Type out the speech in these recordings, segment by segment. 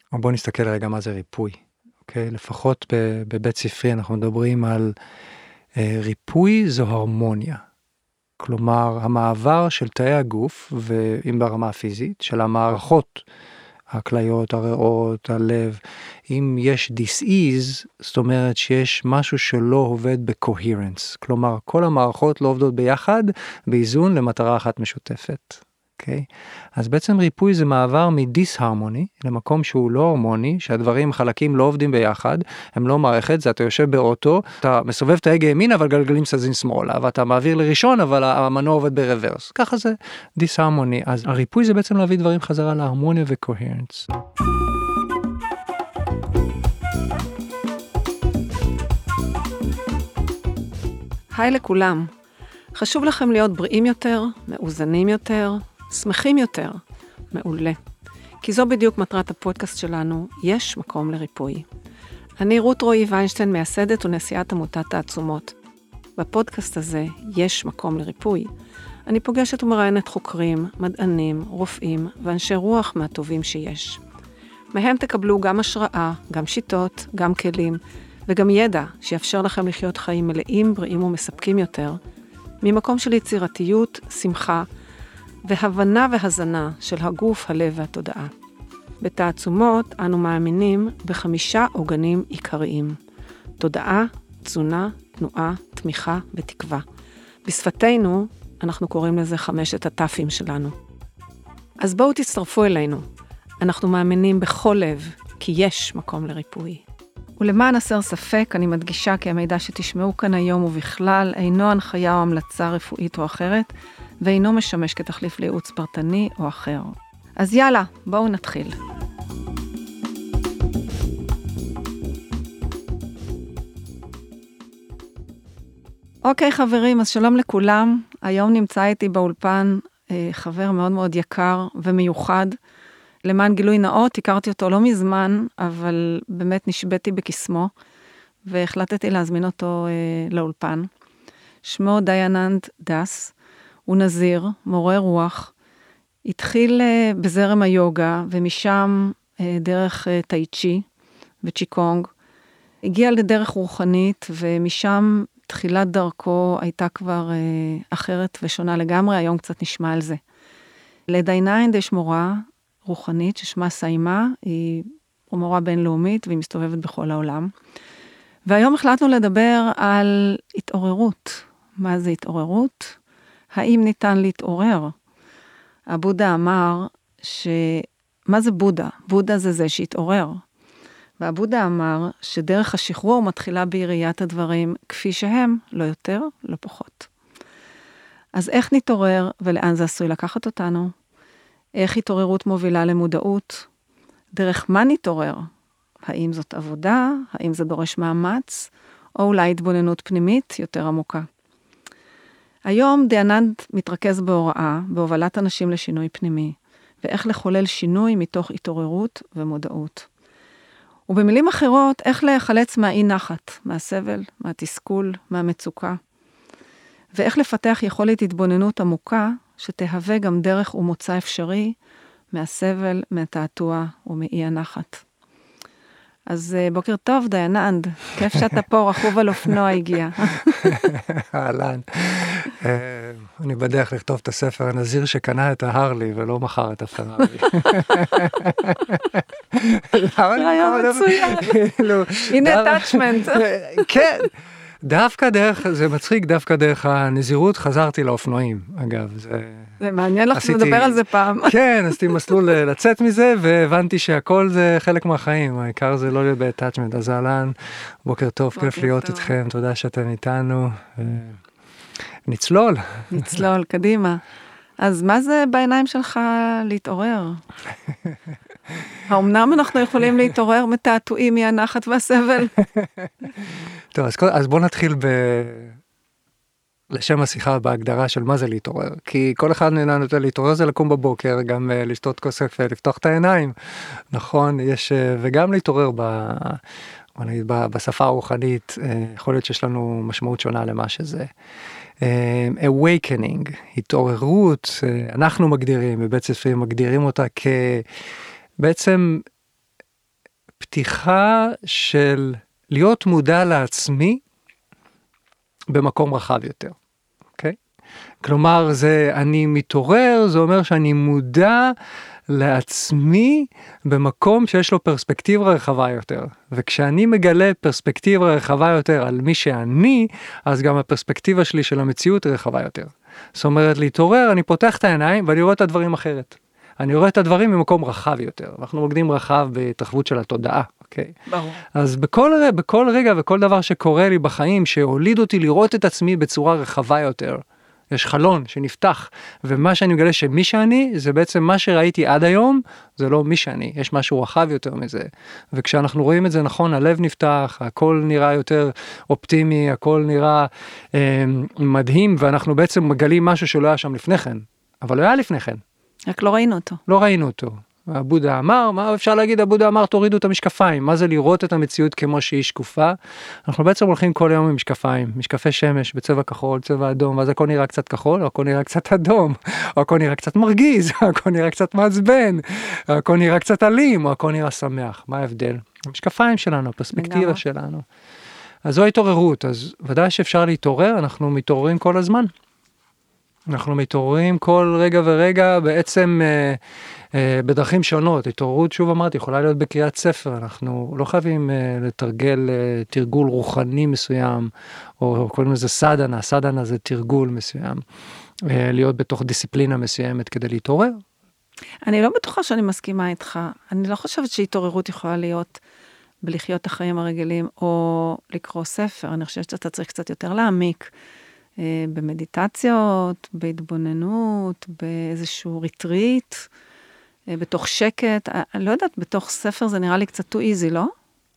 בואו נסתכל רגע מה זה ריפוי. אוקיי? לפחות בבית ספרי אנחנו מדברים על ריפוי זו הרמוניה. כלומר, המעבר של תאי הגוף, ואם ברמה הפיזית, של המערכות, הכליות, הריאות, הלב, אם יש disease, זאת אומרת שיש משהו שלא עובד ב-coherence. כלומר, כל המערכות לא עובדות ביחד, באיזון למטרה אחת משותפת. אוקיי? אז בעצם ריפוי זה מעבר מדיס-הרמוני, למקום שהוא לא הרמוני, שהדברים חלקים לא עובדים ביחד, הם לא מערכת, זה אתה יושב באוטו, אתה מסובב את ההגה ימין, אבל גלגלים סזין שמאלה, ואתה מעביר לראשון, אבל המנוע עובד ברוורס. ככה זה דיס-הרמוני. אז הריפוי זה בעצם להביא דברים חזרה להרמוניה וקוהרנס. היי לכולם. חשוב לכם להיות בריאים יותר, מאוזנים יותר, שמחים יותר, מעולה. כי זו בדיוק מטרת הפודקאסט שלנו, יש מקום לריפוי. אני רות רועי ויינשטיין, מייסדת ונשיאת עמותת תעצומות. בפודקאסט הזה יש מקום לריפוי. אני פוגשת ומראיינת חוקרים, מדענים, רופאים ואנשי רוח מהטובים שיש. מהם תקבלו גם השראה, גם שיטות, גם כלים, וגם ידע שיאפשר לכם לחיות חיים מלאים, בריאים ומספקים יותר, ממקום של יצירתיות, שמחה, והבנה והזנה של הגוף, הלב והתודעה. בתעצומות אנו מאמינים ב5 עוגנים עיקריים: תודעה, תזונה, תנועה, תמיכה ותקווה. בשפתנו אנחנו קוראים לזה 5 התפים שלנו. אז בואו תצטרפו אלינו. אנחנו מאמינים בכל לב כי יש מקום לריפוי. ולמען הסר ספק, אני מדגישה כי המידע שתשמעו כאן היום ובכלל אינו הנחיה או המלצה רפואית או אחרת, ואינו משמש כתחליף לייעוץ פרטני או אחר. אז יאללה, בואו נתחיל. אוקיי חברים, אז שלום לכולם. היום נמצא איתי באולפן חבר מאוד מאוד יקר ומיוחד. למען גילוי נאות, הכרתי אותו לא מזמן, אבל באמת נשבתי בקסמו, והחלטתי להזמין אותו לאולפן. שמו דייננד דס, הוא נזיר, מורה רוח, התחיל בזרם היוגה, ומשם דרך טאי צ'י וצ'יקונג, הגיע לדרך רוחנית, ומשם תחילת דרכו הייתה כבר אחרת ושונה לגמרי, היום קצת נשמע על זה. לדייננד יש מורה רוחנית ששמה סיימה, היא מורה בינלאומית והיא מסתובבת בכל העולם. והיום החלטנו לדבר על התעוררות. מה זה התעוררות? האם ניתן להתעורר? הבודה אמר מה זה בודה? בודה זה שהתעורר. והבודה אמר שדרך השחרור מתחילה בראיית הדברים כפי שהם, לא יותר, לא פחות. אז איך נתעורר ולאן זה עשוי לקחת אותנו? איך התעוררות מובילה למודעות? דרך מה נתעורר? האם זאת עבודה? האם זה דורש מאמץ? או אולי התבוננות פנימית יותר עמוקה? היום דייננד מתרכז בהוראה, בהובלת אנשים לשינוי פנימי, ואיך לחולל שינוי מתוך התעוררות ומודעות. ובמילים אחרות, איך להיחלץ מהאי נחת, מהסבל, מהתסכול, מהמצוקה, ואיך לפתח יכולת התבוננות עמוקה, שתהווה גם דרך ומוצא אפשרי מהסבל, מהתעתוע ומאי הנחת. אז בוקר טוב, דייננד. כיף שאתה פה, רכוב על אופנוע הגיע. אהלן. אני בדרך לכתוב את הספר הנזיר שקנה את ההרלי ולא מכר את הפרארי. רעיון מצוין. הנה טאצ'מנט. כן. דווקא דרך, זה מצחיק, דווקא דרך הנזירות חזרתי לאופנועים, אגב. זה מעניין לך לדבר על זה פעם. כן, עשיתי מסלול לצאת מזה, והבנתי שהכל זה חלק מהחיים, העיקר זה לא להיות ב-attachment. אז אהלן, בוקר טוב, כיף להיות איתכם, תודה שאתם איתנו. נצלול. נצלול, קדימה. אז מה זה בעיניים שלך להתעורר? האמנם אנחנו יכולים להתעורר מתעתועים מהנחת והסבל? טוב, אז בוא נתחיל לשם השיחה בהגדרה של מה זה להתעורר. כי כל אחד מאיתנו להתעורר זה לקום בבוקר, גם לשתות כוס קפה, לפתוח את העיניים. נכון, יש, וגם להתעורר בשפה הרוחנית, יכול להיות שיש לנו משמעות שונה למה שזה. awakening, התעוררות, אנחנו מגדירים, בבית ספרים מגדירים אותה בעצם פתיחה של להיות מודע לעצמי במקום רחב יותר, אוקיי? כלומר, אני מתעורר, זה אומר שאני מודע לעצמי במקום שיש לו פרספקטיבה רחבה יותר. וכשאני מגלה פרספקטיבה רחבה יותר על מי שאני, אז גם הפרספקטיבה שלי של המציאות רחבה יותר. זאת אומרת, להתעורר, אני פותח את העיניים ואני רואה את הדברים אחרת. אני רואה את הדברים ממקום רחב יותר. אנחנו מוקדים רחב בהתרחבות של התודעה, אוקיי? ברור. אז בכל רגע וכל דבר שקורה לי בחיים, שהוליד אותי לראות את עצמי בצורה רחבה יותר, יש חלון שנפתח, ומה שאני מגלה שמי שאני, זה בעצם מה שראיתי עד היום, זה לא מי שאני, יש משהו רחב יותר מזה. וכשאנחנו רואים את זה נכון, הלב נפתח, הכל נראה יותר אופטימי, הכל נראה מדהים, ואנחנו בעצם מגלים משהו שלא היה שם לפני כן, אבל לא היה לפני כן. רק לא ראינו אותו. לא ראינו אותו. הבודה אמר, מה אפשר להגיד? הבודה אמר, תורידו את המשקפיים. מה זה לראות את המציאות כמו שהיא שקופה? אנחנו בעצם הולכים כל היום עם משקפיים, משקפי שמש בצבע כחול, צבע אדום, ואז הכל נראה קצת כחול, או הכל נראה קצת אדום, או הכל נראה קצת מרגיז, או הכל נראה קצת מעצבן, או הכל נראה קצת אלים, או הכל נראה שמח. מה ההבדל? המשקפיים שלנו, הפרספקטיבה שלנו. אז זו התעוררות, אז ודאי שאפשר להתעורר, אנחנו מתעוררים כל הזמן. אנחנו מתעוררים כל רגע ורגע בעצם בדרכים שונות. התעוררות, שוב אמרתי, יכולה להיות בקריאת ספר. אנחנו לא חייבים לתרגל תרגול רוחני מסוים, או קוראים לזה סדנה. סדנה זה תרגול מסוים. להיות בתוך דיסציפלינה מסוימת כדי להתעורר. אני לא בטוחה שאני מסכימה איתך. אני לא חושבת שהתעוררות יכולה להיות בלחיות החיים הרגילים, או לקרוא ספר. אני חושבת שאתה צריך קצת יותר להעמיק. במדיטציות, בהתבוננות, באיזשהו ריטריט, בתוך שקט, אני לא יודעת, בתוך ספר זה נראה לי קצת too easy, לא?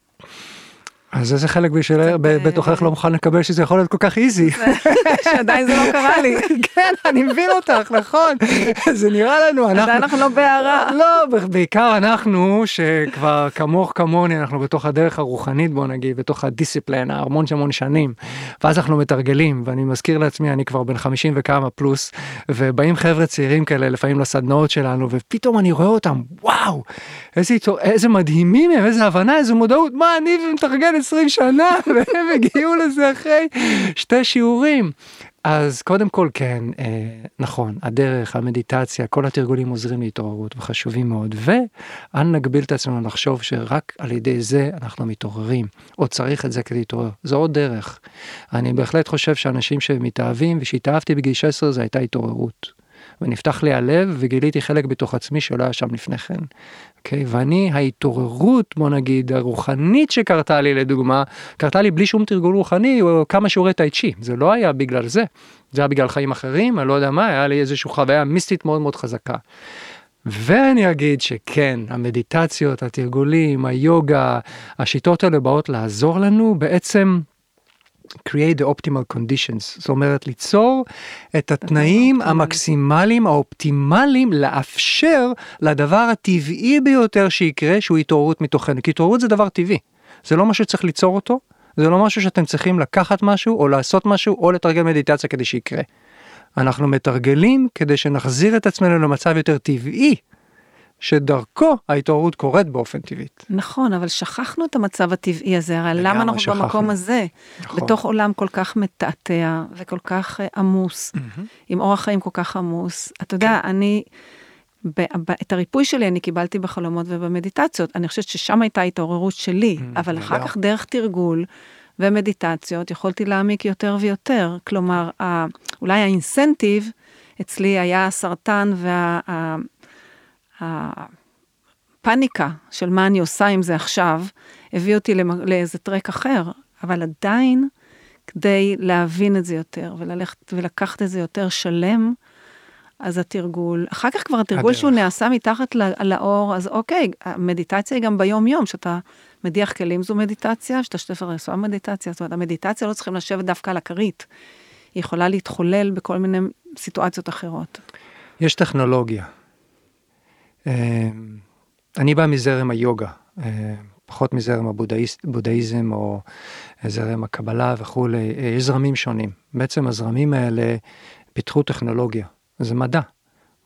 אז איזה חלק בתוכך לא מוכן לקבל שזה יכול להיות כל כך איזי. שעדיין זה לא קרה לי. כן, אני מבין אותך, נכון. זה נראה לנו. עדיין אנחנו לא בהערה. לא, בעיקר אנחנו, שכבר כמוני, אנחנו בתוך הדרך הרוחנית, בוא נגיד, בתוך הדיסציפלינה, המון שנים. ואז אנחנו מתרגלים, ואני מזכיר לעצמי, אני כבר בן 50 וכמה פלוס, ובאים חבר'ה צעירים כאלה, לפעמים לסדנאות שלנו, ופתאום אני רואה אותם, וואו, איזה מדהימים הם, איזה הבנה, איזה מודעות, מה אני מתרגל 20 שנה, והם הגיעו לזה אחרי 2 שיעורים. אז קודם כל כן, נכון, הדרך, המדיטציה, כל התרגולים עוזרים להתעוררות וחשובים מאוד, ואל נגביל את עצמנו לחשוב שרק על ידי זה אנחנו מתעוררים, או צריך את זה כדי להתעורר. זו עוד דרך. אני בהחלט חושב שאנשים שמתאהבים, ושהתאהבתי בגיל 16 זה הייתה התעוררות. ונפתח לי הלב וגיליתי חלק בתוך עצמי שלא היה שם לפני כן. אוקיי? ואני, ההתעוררות, בוא נגיד, הרוחנית שקרתה לי לדוגמה, קרתה לי בלי שום תרגול רוחני, או כמה שיעורי טאי צ'י. זה לא היה בגלל זה. זה היה בגלל חיים אחרים, אני לא יודע מה, היה לי איזושהי חוויה מיסטית מאוד מאוד חזקה. ואני אגיד שכן, המדיטציות, התרגולים, היוגה, השיטות האלה באות לעזור לנו בעצם create the optimal conditions, זאת אומרת ליצור את התנאים המקסימליים, האופטימליים, לאפשר לדבר הטבעי ביותר שיקרה, שהוא התעוררות מתוכנו, כי התעוררות זה דבר טבעי, זה לא משהו שצריך ליצור אותו, זה לא משהו שאתם צריכים לקחת משהו, או לעשות משהו, או לתרגל מדיטציה כדי שיקרה. אנחנו מתרגלים כדי שנחזיר את עצמנו למצב יותר טבעי, שדרכו ההתעוררות קורית באופן טבעית. נכון, אבל שכחנו את המצב הטבעי הזה, הרי למה אנחנו במקום הזה, בתוך עולם כל כך מתעתע, וכל כך עמוס, עם אורח חיים כל כך עמוס. אתה יודע, את הריפוי שלי אני קיבלתי בחלומות ובמדיטציות, אני חושבת ששם הייתה התעוררות שלי, אבל אחר כך דרך תרגול ומדיטציות, יכולתי להעמיק יותר ויותר, כלומר, אולי האינסנטיב אצלי היה הסרטן הפאניקה של מה אני עושה עם זה עכשיו, הביא אותי לאיזה טרק אחר, אבל עדיין, כדי להבין את זה יותר, ולקחת את זה יותר שלם, אז התרגול, אחר כך כבר התרגול שהוא נעשה מתחת לאור, אז אוקיי, המדיטציה היא גם ביום יום, שאתה מדיח כלים זו מדיטציה, שאתה שתפר לעשות מדיטציה, זאת אומרת, המדיטציה לא צריכים לשבת דווקא על הכרית, היא יכולה להתחולל בכל מיני סיטואציות אחרות. יש טכנולוגיה. אני בא מזרם היוגה, פחות מזרם הבודהיזם או זרם הקבלה וכו', יש זרמים שונים. בעצם הזרמים האלה פיתחו טכנולוגיה, זה מדע.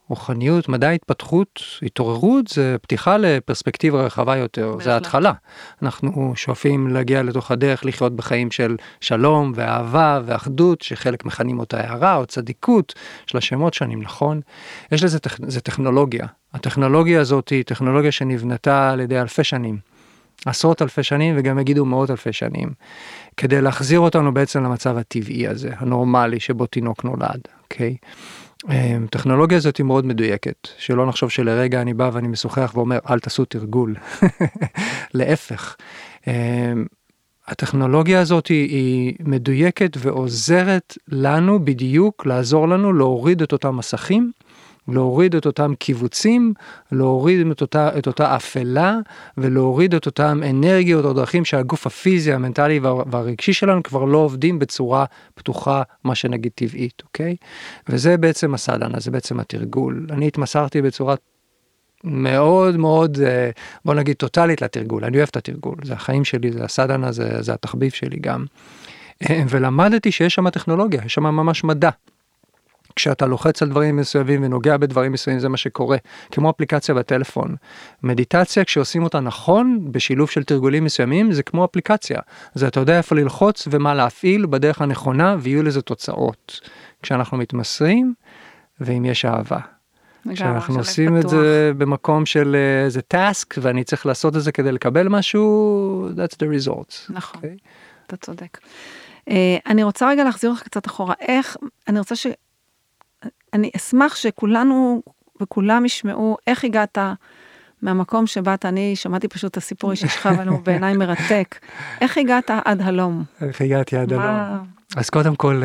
רוחניות, מדע התפתחות, התעוררות, זה פתיחה לפרספקטיבה רחבה יותר, זה ההתחלה. אנחנו שואפים להגיע לתוך הדרך, לחיות בחיים של שלום ואהבה ואחדות, שחלק מכנים אותה הערה או צדיקות, של השמות שונים, נכון? יש לזה, זה טכנולוגיה. הטכנולוגיה הזאת היא טכנולוגיה שנבנתה על ידי אלפי שנים. עשרות אלפי שנים וגם יגידו מאות אלפי שנים, כדי להחזיר אותנו בעצם למצב הטבעי הזה, הנורמלי, שבו תינוק נולד, אוקיי? טכנולוגיה הזאת היא מאוד מדויקת, שלא נחשוב שלרגע אני בא ואני משוחח ואומר, אל תעשו תרגול. להפך. הטכנולוגיה הזאת היא מדויקת ועוזרת לנו בדיוק, לעזור לנו להוריד את אותם מסכים, להוריד את אותם קיבוצים, להוריד את אותה אפלה, ולהוריד את אותם אנרגיות או דרכים שהגוף הפיזי, המנטלי והרגשי שלנו כבר לא עובדים בצורה פתוחה, מה שנגיד טבעית, אוקיי? וזה בעצם הסדנה, זה בעצם התרגול. אני התמסרתי בצורה מאוד מאוד, בוא נגיד, טוטלית לתרגול. אני אוהב את התרגול, זה החיים שלי, זה הסדנה, זה התחביב שלי גם. ולמדתי שיש שם טכנולוגיה, יש שם ממש מדע. כשאתה לוחץ על דברים מסוימים ונוגע בדברים מסוימים, זה מה שקורה, כמו אפליקציה בטלפון. מדיטציה, כשעושים אותה נכון, בשילוב של תרגולים מסוימים, זה כמו אפליקציה. זה אתה יודע איפה ללחוץ ומה להפעיל בדרך הנכונה, ויהיו לזה תוצאות. כשאנחנו מתמסרים, ואם יש אהבה. כשאנחנו עושים את זה במקום של איזה טאסק, ואני צריך לעשות את זה כדי לקבל משהו, that's the result. נכון, אתה צודק. אני רוצה רגע להחזיר לך קצת אחורה. אני רוצה אני אשמח שכולנו וכולם ישמעו איך הגעת מהמקום שבאת, אני שמעתי פשוט את הסיפור אישי שלך, אבל הוא בעיניי מרתק. איך הגעת עד הלום? איך הגעתי עד הלום? אז קודם כל,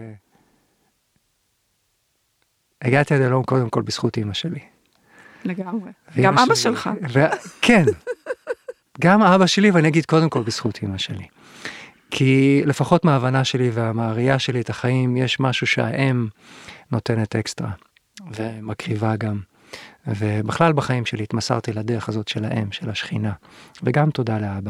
הגעתי עד הלום קודם כל בזכות אמא שלי. לגמרי. גם אבא שלך. כן. גם אבא שלי, ואני אגיד קודם כל בזכות אמא שלי. כי לפחות מההבנה שלי והמערייה שלי את החיים, יש משהו שהאם נותנת אקסטרה, ומקריבה גם. ובכלל בחיים שלי התמסרתי לדרך הזאת של האם, של השכינה, וגם תודה לאבא.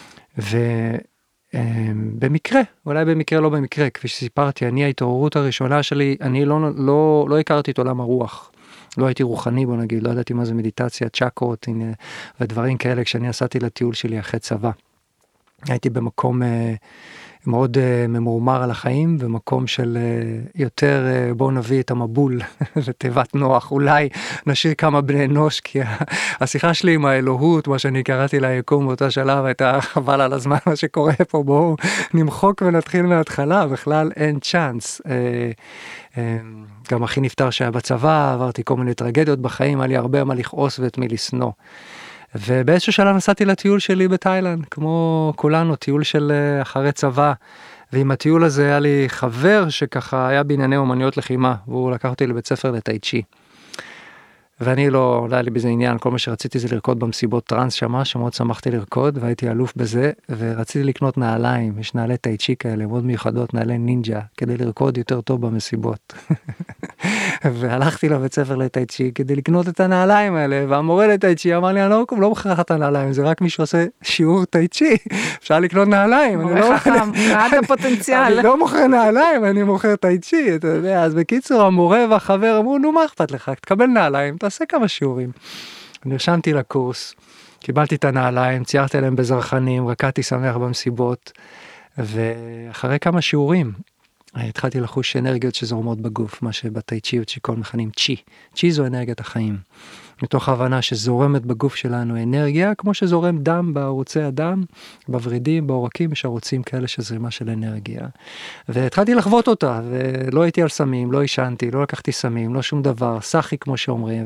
ובמקרה, אולי במקרה לא במקרה, כפי שסיפרתי, אני ההתעוררות הראשונה שלי, אני לא הכרתי את עולם הרוח. לא הייתי רוחני, בוא נגיד, לא ידעתי מה זה מדיטציה, צ'קרות, ודברים כאלה, כשאני עשיתי לטיול שלי אחרי צבא. הייתי במקום מאוד ממורמר על החיים, במקום של יותר בואו נביא את המבול לתיבת נוח, אולי נשאיר כמה בני אנוש, כי השיחה שלי עם האלוהות, מה שאני קראתי ליקום באותה שלב, הייתה חבל על הזמן מה שקורה פה, בואו נמחוק ונתחיל מההתחלה, בכלל אין צ'אנס. גם אחי נפטר שהיה בצבא, עברתי כל מיני טרגדיות בחיים, היה לי הרבה מה לכעוס ואת מי לשנוא. ובאיזשהו שלב נסעתי לטיול שלי בתאילנד, כמו כולנו, טיול של אחרי צבא, ועם הטיול הזה היה לי חבר שככה היה בענייני אומנויות לחימה, והוא לקח אותי לבית ספר לטאי צ'י. ואני לא היה לי בזה עניין, כל מה שרציתי זה לרקוד במסיבות טרנס שמה, שמאוד שמחתי לרקוד, והייתי אלוף בזה, ורציתי לקנות נעליים, יש נעלי טאי צ'י כאלה, מאוד מיוחדות, נעלי נינג'ה, כדי לרקוד יותר טוב במסיבות. והלכתי לבית ספר לטאי צ'י, כדי לקנות את הנעליים האלה, והמורה לטאי צ'י אמר לי, אני לא מוכר לך את הנעליים, זה רק מי שעושה שיעור טאי צ'י, אפשר לקנות נעליים. מורה חכם, ראה את הפוטנציאל. אני לא מוכר נעליים, אני מוכר טאי צ'י, אתה יודע, אז בקיצור, המורה והחבר אמרו, נו, מה אכפת לך? תקבל נעליים, תעשה כמה שיעורים. נרשמתי לקורס, קיבלתי את הנעליים, ציירתי עליהם בזרחנים, רקדתי שמח במסיבות, ואחרי כמה שיעורים, התחלתי לחוש אנרגיות שזורמות בגוף, מה שבתי צ'י וצ'יקון מכנים צ'י. צ'י זו אנרגיית החיים. מתוך ההבנה שזורמת בגוף שלנו אנרגיה, כמו שזורם דם בערוצי הדם, בוורידים, בעורקים, יש ערוצים כאלה שזרימה של אנרגיה. והתחלתי לחוות אותה, ולא הייתי על סמים, לא ישנתי, לא לקחתי סמים, לא שום דבר, סחי כמו שאומרים,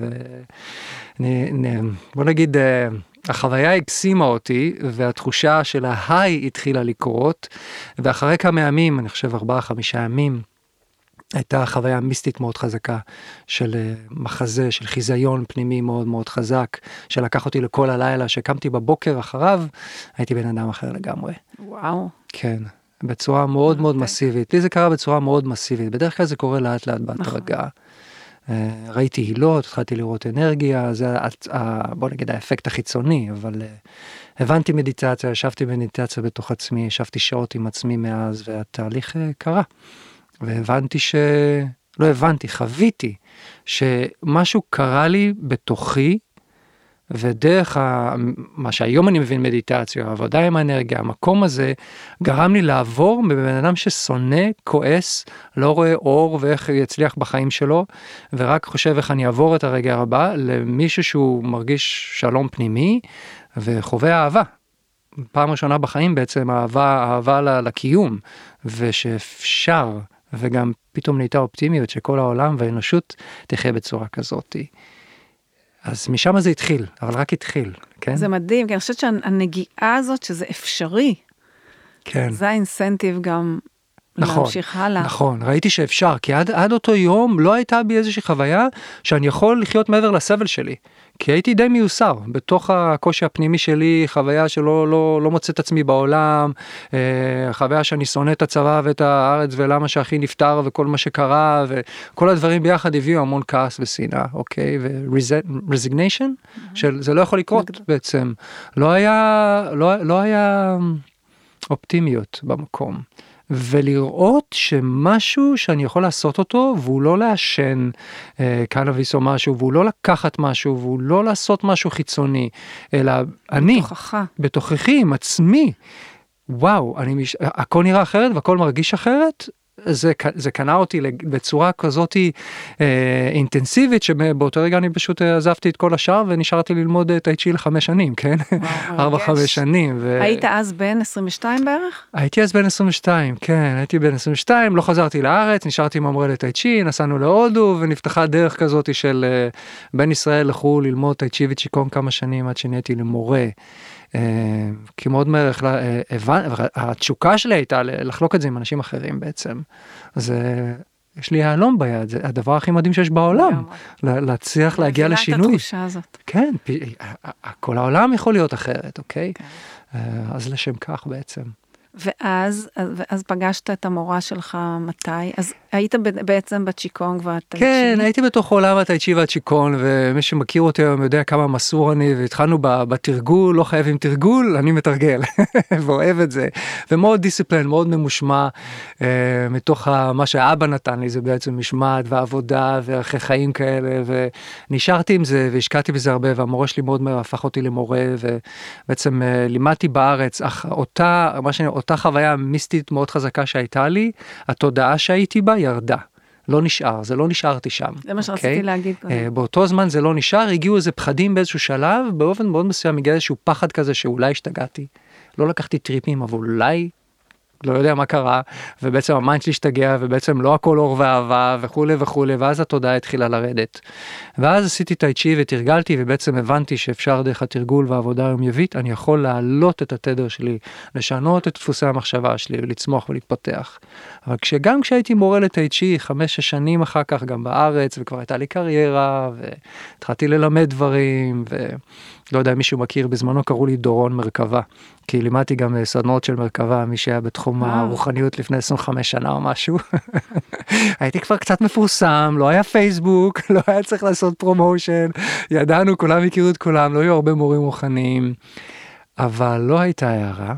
בוא נגיד, החוויה הקסימה אותי, והתחושה של ההיי התחילה לקרות, ואחרי כמה ימים, אני חושב 4-5 ימים, הייתה חוויה מיסטית מאוד חזקה, של מחזה, של חיזיון פנימי מאוד מאוד חזק, שלקח אותי לכל הלילה, שקמתי בבוקר אחריו, הייתי בן אדם אחר לגמרי. וואו. כן, בצורה מאוד מאוד מסיבית. לי זה קרה בצורה מאוד מסיבית, בדרך כלל זה קורה לאט לאט בהתרגע. ראיתי הילות, התחלתי לראות אנרגיה, זה בוא נגיד האפקט החיצוני, אבל הבנתי מדיטציה, ישבתי במדיטציה בתוך עצמי, ישבתי שעות עם עצמי מאז, והתהליך קרה. והבנתי לא הבנתי, חוויתי שמשהו קרה לי בתוכי, ודרך מה שהיום אני מבין מדיטציה, העבודה עם האנרגיה, המקום הזה גרם לי לעבור מבן אדם ששונא, כועס, לא רואה אור ואיך יצליח בחיים שלו, ורק חושב איך אני אעבור את הרגע הבא, למישהו שהוא מרגיש שלום פנימי וחווה אהבה. פעם ראשונה בחיים בעצם אהבה לקיום, ושאפשר, וגם פתאום נהייתה אופטימיות שכל העולם והאנושות תחיה בצורה כזאת. אז משם זה התחיל, אבל רק התחיל, כן? זה מדהים, כי אני חושבת שהנגיעה הזאת, שזה אפשרי, כן. זה האינסנטיב גם להמשיך הלאה. נכון, ראיתי שאפשר, כי עד אותו יום לא הייתה בי איזושהי חוויה שאני יכול לחיות מעבר לסבל שלי, כי הייתי די מיוסר, בתוך הקושי הפנימי שלי, חוויה שלא מוצא את עצמי בעולם, חוויה שאני שונא את הצבא ואת הארץ, ולמה שאחי נפטר וכל מה שקרה, וכל הדברים ביחד הביאו המון כעס ושנאה, אוקיי? ו-resignation, שזה לא יכול לקרות בעצם. לא היה אופטימיות במקום. ולראות שמשהו שאני יכול לעשות אותו, והוא לא לעשן קנאביס או משהו, והוא לא לקחת משהו, והוא לא לעשות משהו חיצוני, אלא אני, בתוככי, עם עצמי, וואו, הכל נראה אחרת והכל מרגיש אחרת, זה קנה אותי בצורה כזאת אינטנסיבית, שבאותו רגע אני פשוט עזבתי את כל השאר, ונשארתי ללמוד טאי צ'י 5 שנים, כן? 4-5 שנים. היית אז בן 22 בערך? הייתי אז בן 22, כן, הייתי בן 22, לא חזרתי לארץ, נשארתי עם המורה לטאי צ'י, נסענו להודו, ונפתחה דרך כזאת של בין ישראל לחו"ל, ללמוד טאי צ'י וצ'יקון כמה שנים, עד שנהייתי למורה. כי מאוד מהר התשוקה שלי הייתה לחלוק את זה עם אנשים אחרים בעצם. אז יש לי העלום ביד, זה הדבר הכי מדהים שיש בעולם, להצליח להגיע לשינוי. את התחושה הזאת. כן, כל העולם יכול להיות אחרת, אוקיי? אז לשם כך בעצם. ואז פגשת את המורה שלך מתי? אז היית בעצם בצ'יקונג והטאי צ'י? כן, הייתי בתוך עולם הטאי צ'י והצ'יקון, ומי שמכיר אותי היום יודע כמה מסור אני, והתחלנו בתרגול, לא חייבים תרגול, אני מתרגל, ואוהב את זה, ומאוד דיסציפלין, מאוד ממושמע, מתוך מה שהאבא נתן לי, זה בעצם משמעת ועבודה, וערכי חיים כאלה, ונשארתי עם זה, והשקעתי בזה הרבה, והמורה שלי מאוד מהר הפך אותי למורה, ובעצם לימדתי בארץ, אך אותה חוויה מיסטית מאוד חזקה שהייתה לי, התודעה שהייתי בה ירדה. לא נשאר, זה לא נשארתי שם. זה מה שרציתי להגיד. באותו זמן זה לא נשאר, הגיעו איזה פחדים באיזשהו שלב, באופן מאוד מסוים הגיע איזשהו פחד כזה שאולי השתגעתי. לא לקחתי טריפים, אבל אולי לא יודע מה קרה, ובעצם המיינד שלי השתגע, ובעצם לא הכל אור ואהבה, וכו' וכו', ואז התודעה התחילה לרדת. ואז עשיתי טאי צ'י ותרגלתי, ובעצם הבנתי שאפשר דרך התרגול והעבודה היומיומית, אני יכול להעלות את התדר שלי, לשנות את דפוסי המחשבה שלי, ולצמוח ולהתפתח. אבל גם כשהייתי מורה לטאי צ'י, 5-6 שנים אחר כך, גם בארץ, וכבר הייתה לי קריירה, והתחלתי ללמד דברים, לא יודע, מישהו מכיר, בזמנו קראו לי דורון מרכבה, כי לימדתי גם סדנות של מרכבה, מי שהיה בתחום הרוחניות לפני 25 שנה או משהו. הייתי כבר קצת מפורסם, לא היה פייסבוק, לא היה צריך לעשות פרומושן, ידענו, כולם הכירו את כולם, לא היו הרבה מורים רוחניים, אבל לא הייתה הערה,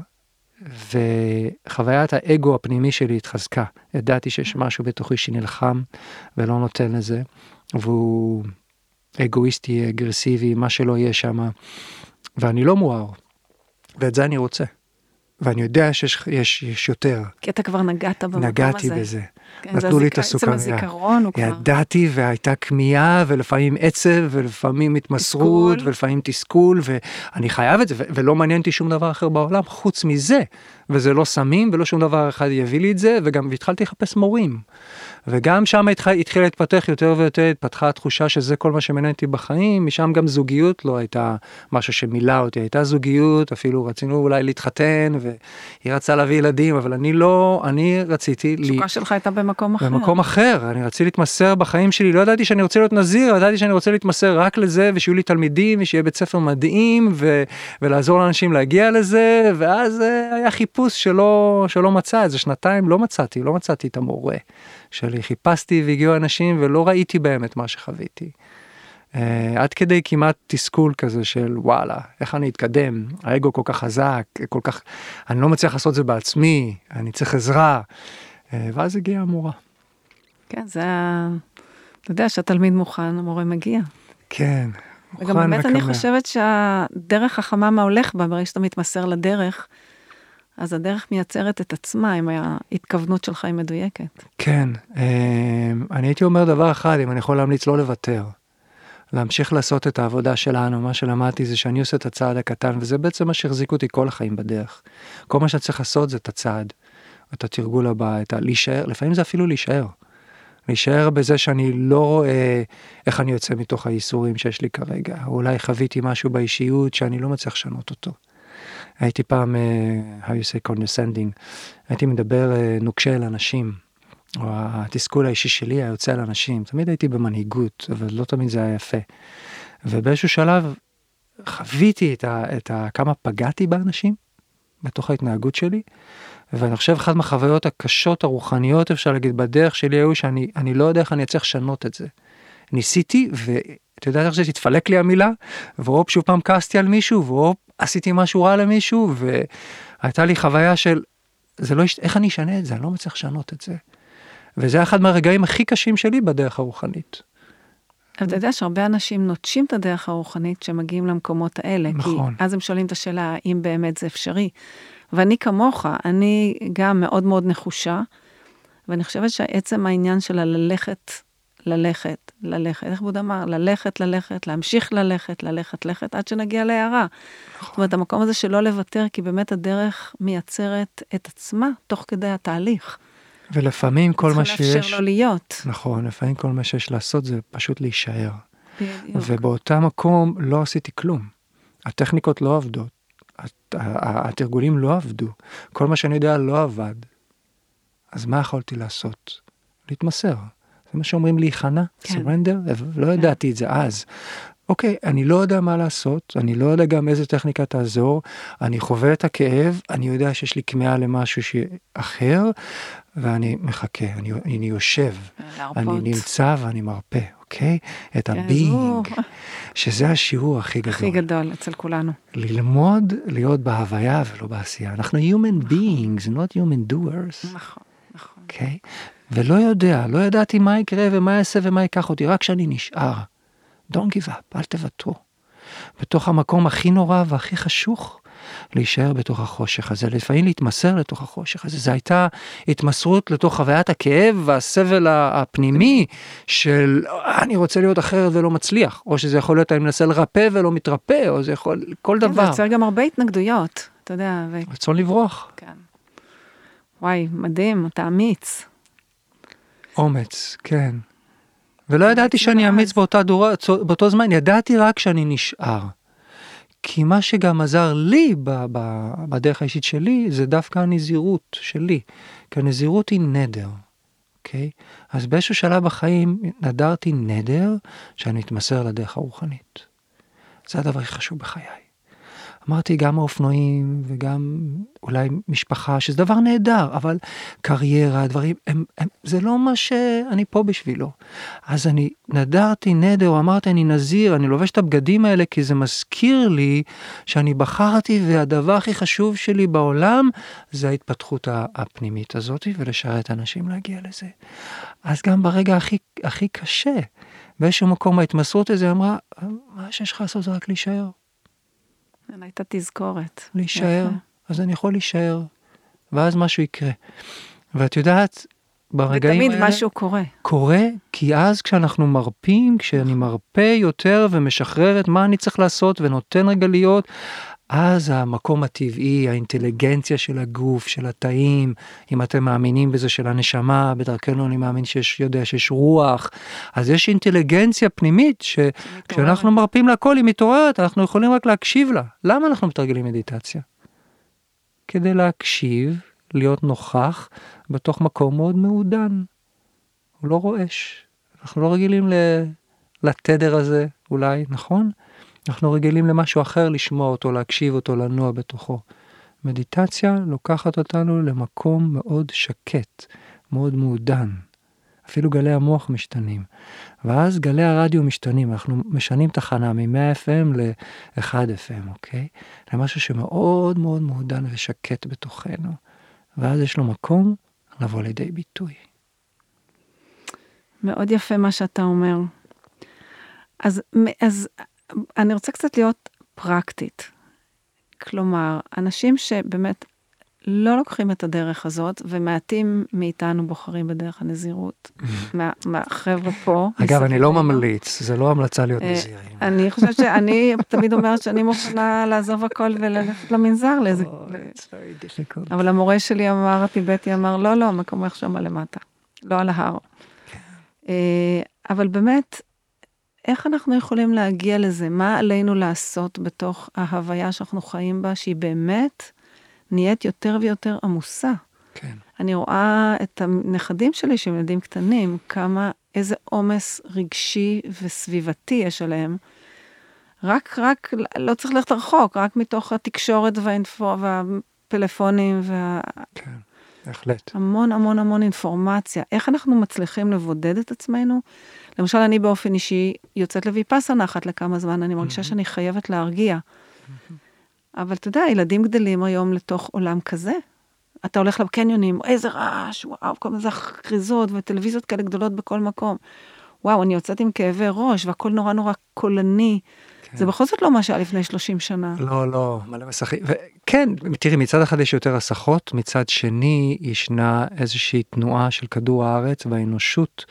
וחוויית האגו הפנימי שלי התחזקה. ידעתי שיש משהו בתוכי שנלחם ולא נותן לזה, והוא אגואיסטי, אגרסיבי, מה שלא יהיה שם, ואני לא מואר, ואת זה אני רוצה, ואני יודע שיש יותר. כי אתה כבר נגעת במקום הזה. נגעתי בזה, נתנו לי את הסוכריה. עצם הזיכרון הוא כבר. ידעתי, והייתה כמיהה, ולפעמים עצב, ולפעמים התמסרות, ולפעמים תסכול, ואני חייב את זה, ולא מעניינתי שום דבר אחר בעולם, חוץ מזה, וזה לא סמים, ולא שום דבר אחד יביא לי את זה, וגם התחלתי לחפש מורים. וגם שם התחילה להתפתח יותר ויותר, התפתחה התחושה שזה כל מה שמעניינתי בחיים, משם גם זוגיות לא הייתה משהו שמילא אותי, הייתה זוגיות, אפילו רצינו אולי להתחתן, והיא רצה להביא ילדים, אבל אני רציתי... התשוקה שלך הייתה במקום אחר. במקום אחר, אני רציתי להתמסר בחיים שלי, לא ידעתי שאני רוצה להיות נזיר, ידעתי שאני רוצה להתמסר רק לזה, ושיהיו לי תלמידים, ושיהיה בית ספר מדהים, ולעזור לאנשים להגיע לזה, ואז היה חיפוש שלא מצא, איזה 2 לא מצאתי את המורה שלי, חיפשתי והגיעו אנשים ולא ראיתי באמת מה שחוויתי. עד כדי כמעט תסכול כזה של וואלה, איך אני אתקדם, האגו כל כך חזק, אני לא מצליח לעשות זה בעצמי, אני צריך עזרה, ואז הגיעה המורה. כן, זה אתה יודע שהתלמיד מוכן, המורה מגיע. כן. וגם באמת אני חושבת שהדרך החכמה הולך בה, ברגע שאתה מתמסר לדרך, אז הדרך מייצרת את עצמה, אם ההתכוונות שלך היא מדויקת. כן, אני הייתי אומר דבר אחד, אם אני יכול להמליץ לא לוותר. להמשיך לעשות את העבודה שלנו, מה שלמדתי זה שאני עושה את הצעד הקטן, וזה בעצם מה שהחזיק אותי כל החיים בדרך. כל מה שאתה צריך לעשות זה את הצעד, את התרגול הבא, את להישאר, לפעמים זה אפילו להישאר. להישאר בזה שאני לא רואה איך אני יוצא מתוך הייסורים שיש לי כרגע. אולי חוויתי משהו באישיות שאני לא מצליח לשנות אותו. הייתי פעם, how you say condescending, הייתי מדבר נוקשה אל אנשים, או התסכול האישי שלי היה יוצא אל אנשים. תמיד הייתי במנהיגות, אבל לא תמיד זה היה יפה. ובאיזשהו שלב חוויתי כמה פגעתי באנשים, בתוך ההתנהגות שלי, ואני חושב אחת מהחוויות הקשות הרוחניות, אפשר להגיד, בדרך שלי היו שאני לא יודע איך אני אצליח לשנות את זה. ניסיתי, ואתה יודע איך זה תתפלק לי המילה, ואופ שוב פעם כעסתי על מישהו, ואופ עשיתי משהו רע למישהו, והייתה לי חוויה של, זה לא, איך אני אשנה את זה? אני לא מצליח לשנות את זה. וזה אחד מהרגעים הכי קשים שלי בדרך הרוחנית. אבל אתה יודע שהרבה אנשים נוטשים את הדרך הרוחנית שמגיעים למקומות האלה. נכון. כי אז הם שואלים את השאלה, האם באמת זה אפשרי. ואני כמוך, אני גם מאוד מאוד נחושה, ואני חושבת שהעצם העניין שלה ללכת, איך בוד אמר? ללכת, להמשיך ללכת, עד שנגיע להערה. נכון. זאת אומרת, המקום הזה שלא לוותר, כי באמת הדרך מייצרת את עצמה, תוך כדי התהליך. ולפעמים כל מה שיש... צריך לאפשר לו להיות. נכון, לפעמים כל מה שיש לעשות זה פשוט להישאר. בדיוק. ובאותה מקום לא עשיתי כלום. הטכניקות לא עבדות. התרגולים לא עבדו. כל מה שאני יודע לא עבד. אז מה יכולתי לעשות? להתמסר. זה מה שאומרים להיכנע, surrender, לא ידעתי את זה אז. אוקיי, אני לא יודע מה לעשות, אני לא יודע גם איזה טכניקה תעזור, אני חווה את הכאב, אני יודע שיש לי כמאה למשהו אחר, ואני מחכה, אני יושב, אני נמצא ואני מרפא, אוקיי? את הביינג, שזה השיעור הכי גדול. הכי גדול אצל כולנו. ללמוד להיות בהוויה ולא בעשייה. אנחנו human beings, not human doers. נכון, נכון. אוקיי? ולא ידעתי מה יקרה ומה יעשה ומה ייקח אותי, רק שאני נשאר. Don't give up, אל תוותרו. בתוך המקום הכי נורא והכי חשוך, להישאר בתוך החושך הזה, לפעמים להתמסר לתוך החושך הזה. זו הייתה התמסרות לתוך חוויית הכאב והסבל הפנימי של אני רוצה להיות אחרת ולא מצליח, או שזה יכול להיות אני מנסה לרפא ולא מתרפא, או זה יכול, כל דבר. זה יוצר גם הרבה התנגדויות, אתה יודע. רצון לברוח. כן. וואי, מדהים, אתה אמיץ. אומץ, כן. ולא ידעתי שאני אמיץ באותו זמן, ידעתי רק שאני נשאר. כי מה שגם עזר לי בדרך האישית שלי, זה דווקא הנזירות שלי. כי הנזירות היא נדר, אוקיי? אז באיזשהו שלב בחיים נדרתי נדר שאני מתמסר לדרך הרוחנית. זה הדבר הכי חשוב בחיי. אמרתי גם האופנועים וגם אולי משפחה, שזה דבר נהדר, אבל קריירה, דברים, זה לא מה שאני פה בשבילו. אז אני נדרתי נדר, אמרתי אני נזיר, אני לובש את הבגדים האלה, כי זה מזכיר לי שאני בחרתי, והדבר הכי חשוב שלי בעולם, זה ההתפתחות הפנימית הזאת, ולשרת אנשים להגיע לזה. אז גם ברגע הכי קשה, באיזשהו מקום ההתמסרות הזה אמרה, מה שיש לך לעשות זה רק להישאר. הייתה תזכורת. להישאר, אז אני יכול להישאר, ואז משהו יקרה. ואת יודעת, ברגעים האלה... ותמיד משהו קורה. קורה, כי אז כשאנחנו מרפים, כשאני מרפא יותר ומשחרר את מה אני צריך לעשות ונותן רגע להיות, אז המקום הטבעי, האינטליגנציה של הגוף, של התאים, אם אתם מאמינים בזה של הנשמה, בדרכנו אני מאמין יודע שיש רוח, אז יש אינטליגנציה פנימית, שכשאנחנו מרפים לכל, היא מתעוררת, אנחנו יכולים רק להקשיב לה. למה אנחנו מתרגלים מדיטציה? כדי להקשיב, להיות נוכח, בתוך מקום מאוד מעודן. הוא לא רועש. אנחנו לא רגילים לתדר הזה, אולי, נכון? אנחנו רגילים למשהו אחר, לשמוע אותו, להקשיב אותו, לנוע בתוכו. מדיטציה לוקחת אותנו למקום מאוד שקט, מאוד מעודן. אפילו גלי המוח משתנים. ואז גלי הרדיו משתנים, אנחנו משנים תחנה מ-100 FM ל-1 FM, אוקיי? למשהו שמאוד מאוד מעודן ושקט בתוכנו. ואז יש לו מקום לבוא לידי ביטוי. מאוד יפה מה שאתה אומר. אז אני רוצה קצת להיות פרקטית. כלומר, אנשים שבאמת לא לוקחים את הדרך הזאת, ומעטים מאיתנו בוחרים בדרך הנזירות, מהחבר'ה פה. אגב, אני לא ממליץ, זה לא המלצה להיות נזירים. אני חושבת שאני תמיד אומרת שאני מוכנה לעזוב הכל וללכת למנזר לאיזה... אבל המורה שלי אמר, הטיבטי אמר, לא, מקומך שם למטה, לא על ההר. אבל באמת, איך אנחנו יכולים להגיע לזה? מה עלינו לעשות בתוך ההוויה שאנחנו חיים בה, שהיא באמת נהיית יותר ויותר עמוסה? כן. אני רואה את הנכדים שלי, שהם ילדים קטנים, איזה עומס רגשי וסביבתי יש עליהם. רק, לא צריך ללכת רחוק, רק מתוך התקשורת והפלאפונים כן, בהחלט. המון אינפורמציה. איך אנחנו מצליחים לבודד את עצמנו? למשל, אני באופן אישי יוצאת לויפאסנה אחת לכמה זמן, אני מרגישה שאני חייבת להרגיע. אבל אתה יודע, ילדים גדלים היום לתוך עולם כזה. אתה הולך לקניונים, איזה רעש, וואו, כל מיני כריזות וטלוויזיות כאלה גדולות בכל מקום. וואו, אני יוצאת עם כאבי ראש, והכל נורא קולני. זה בכל זאת לא מה שהיה לפני 30 שנה. לא, מלא מסכים. וכן, תראי, מצד אחד יש יותר הסחות, מצד שני ישנה איזושהי תנועה של כדור הארץ והאנושות,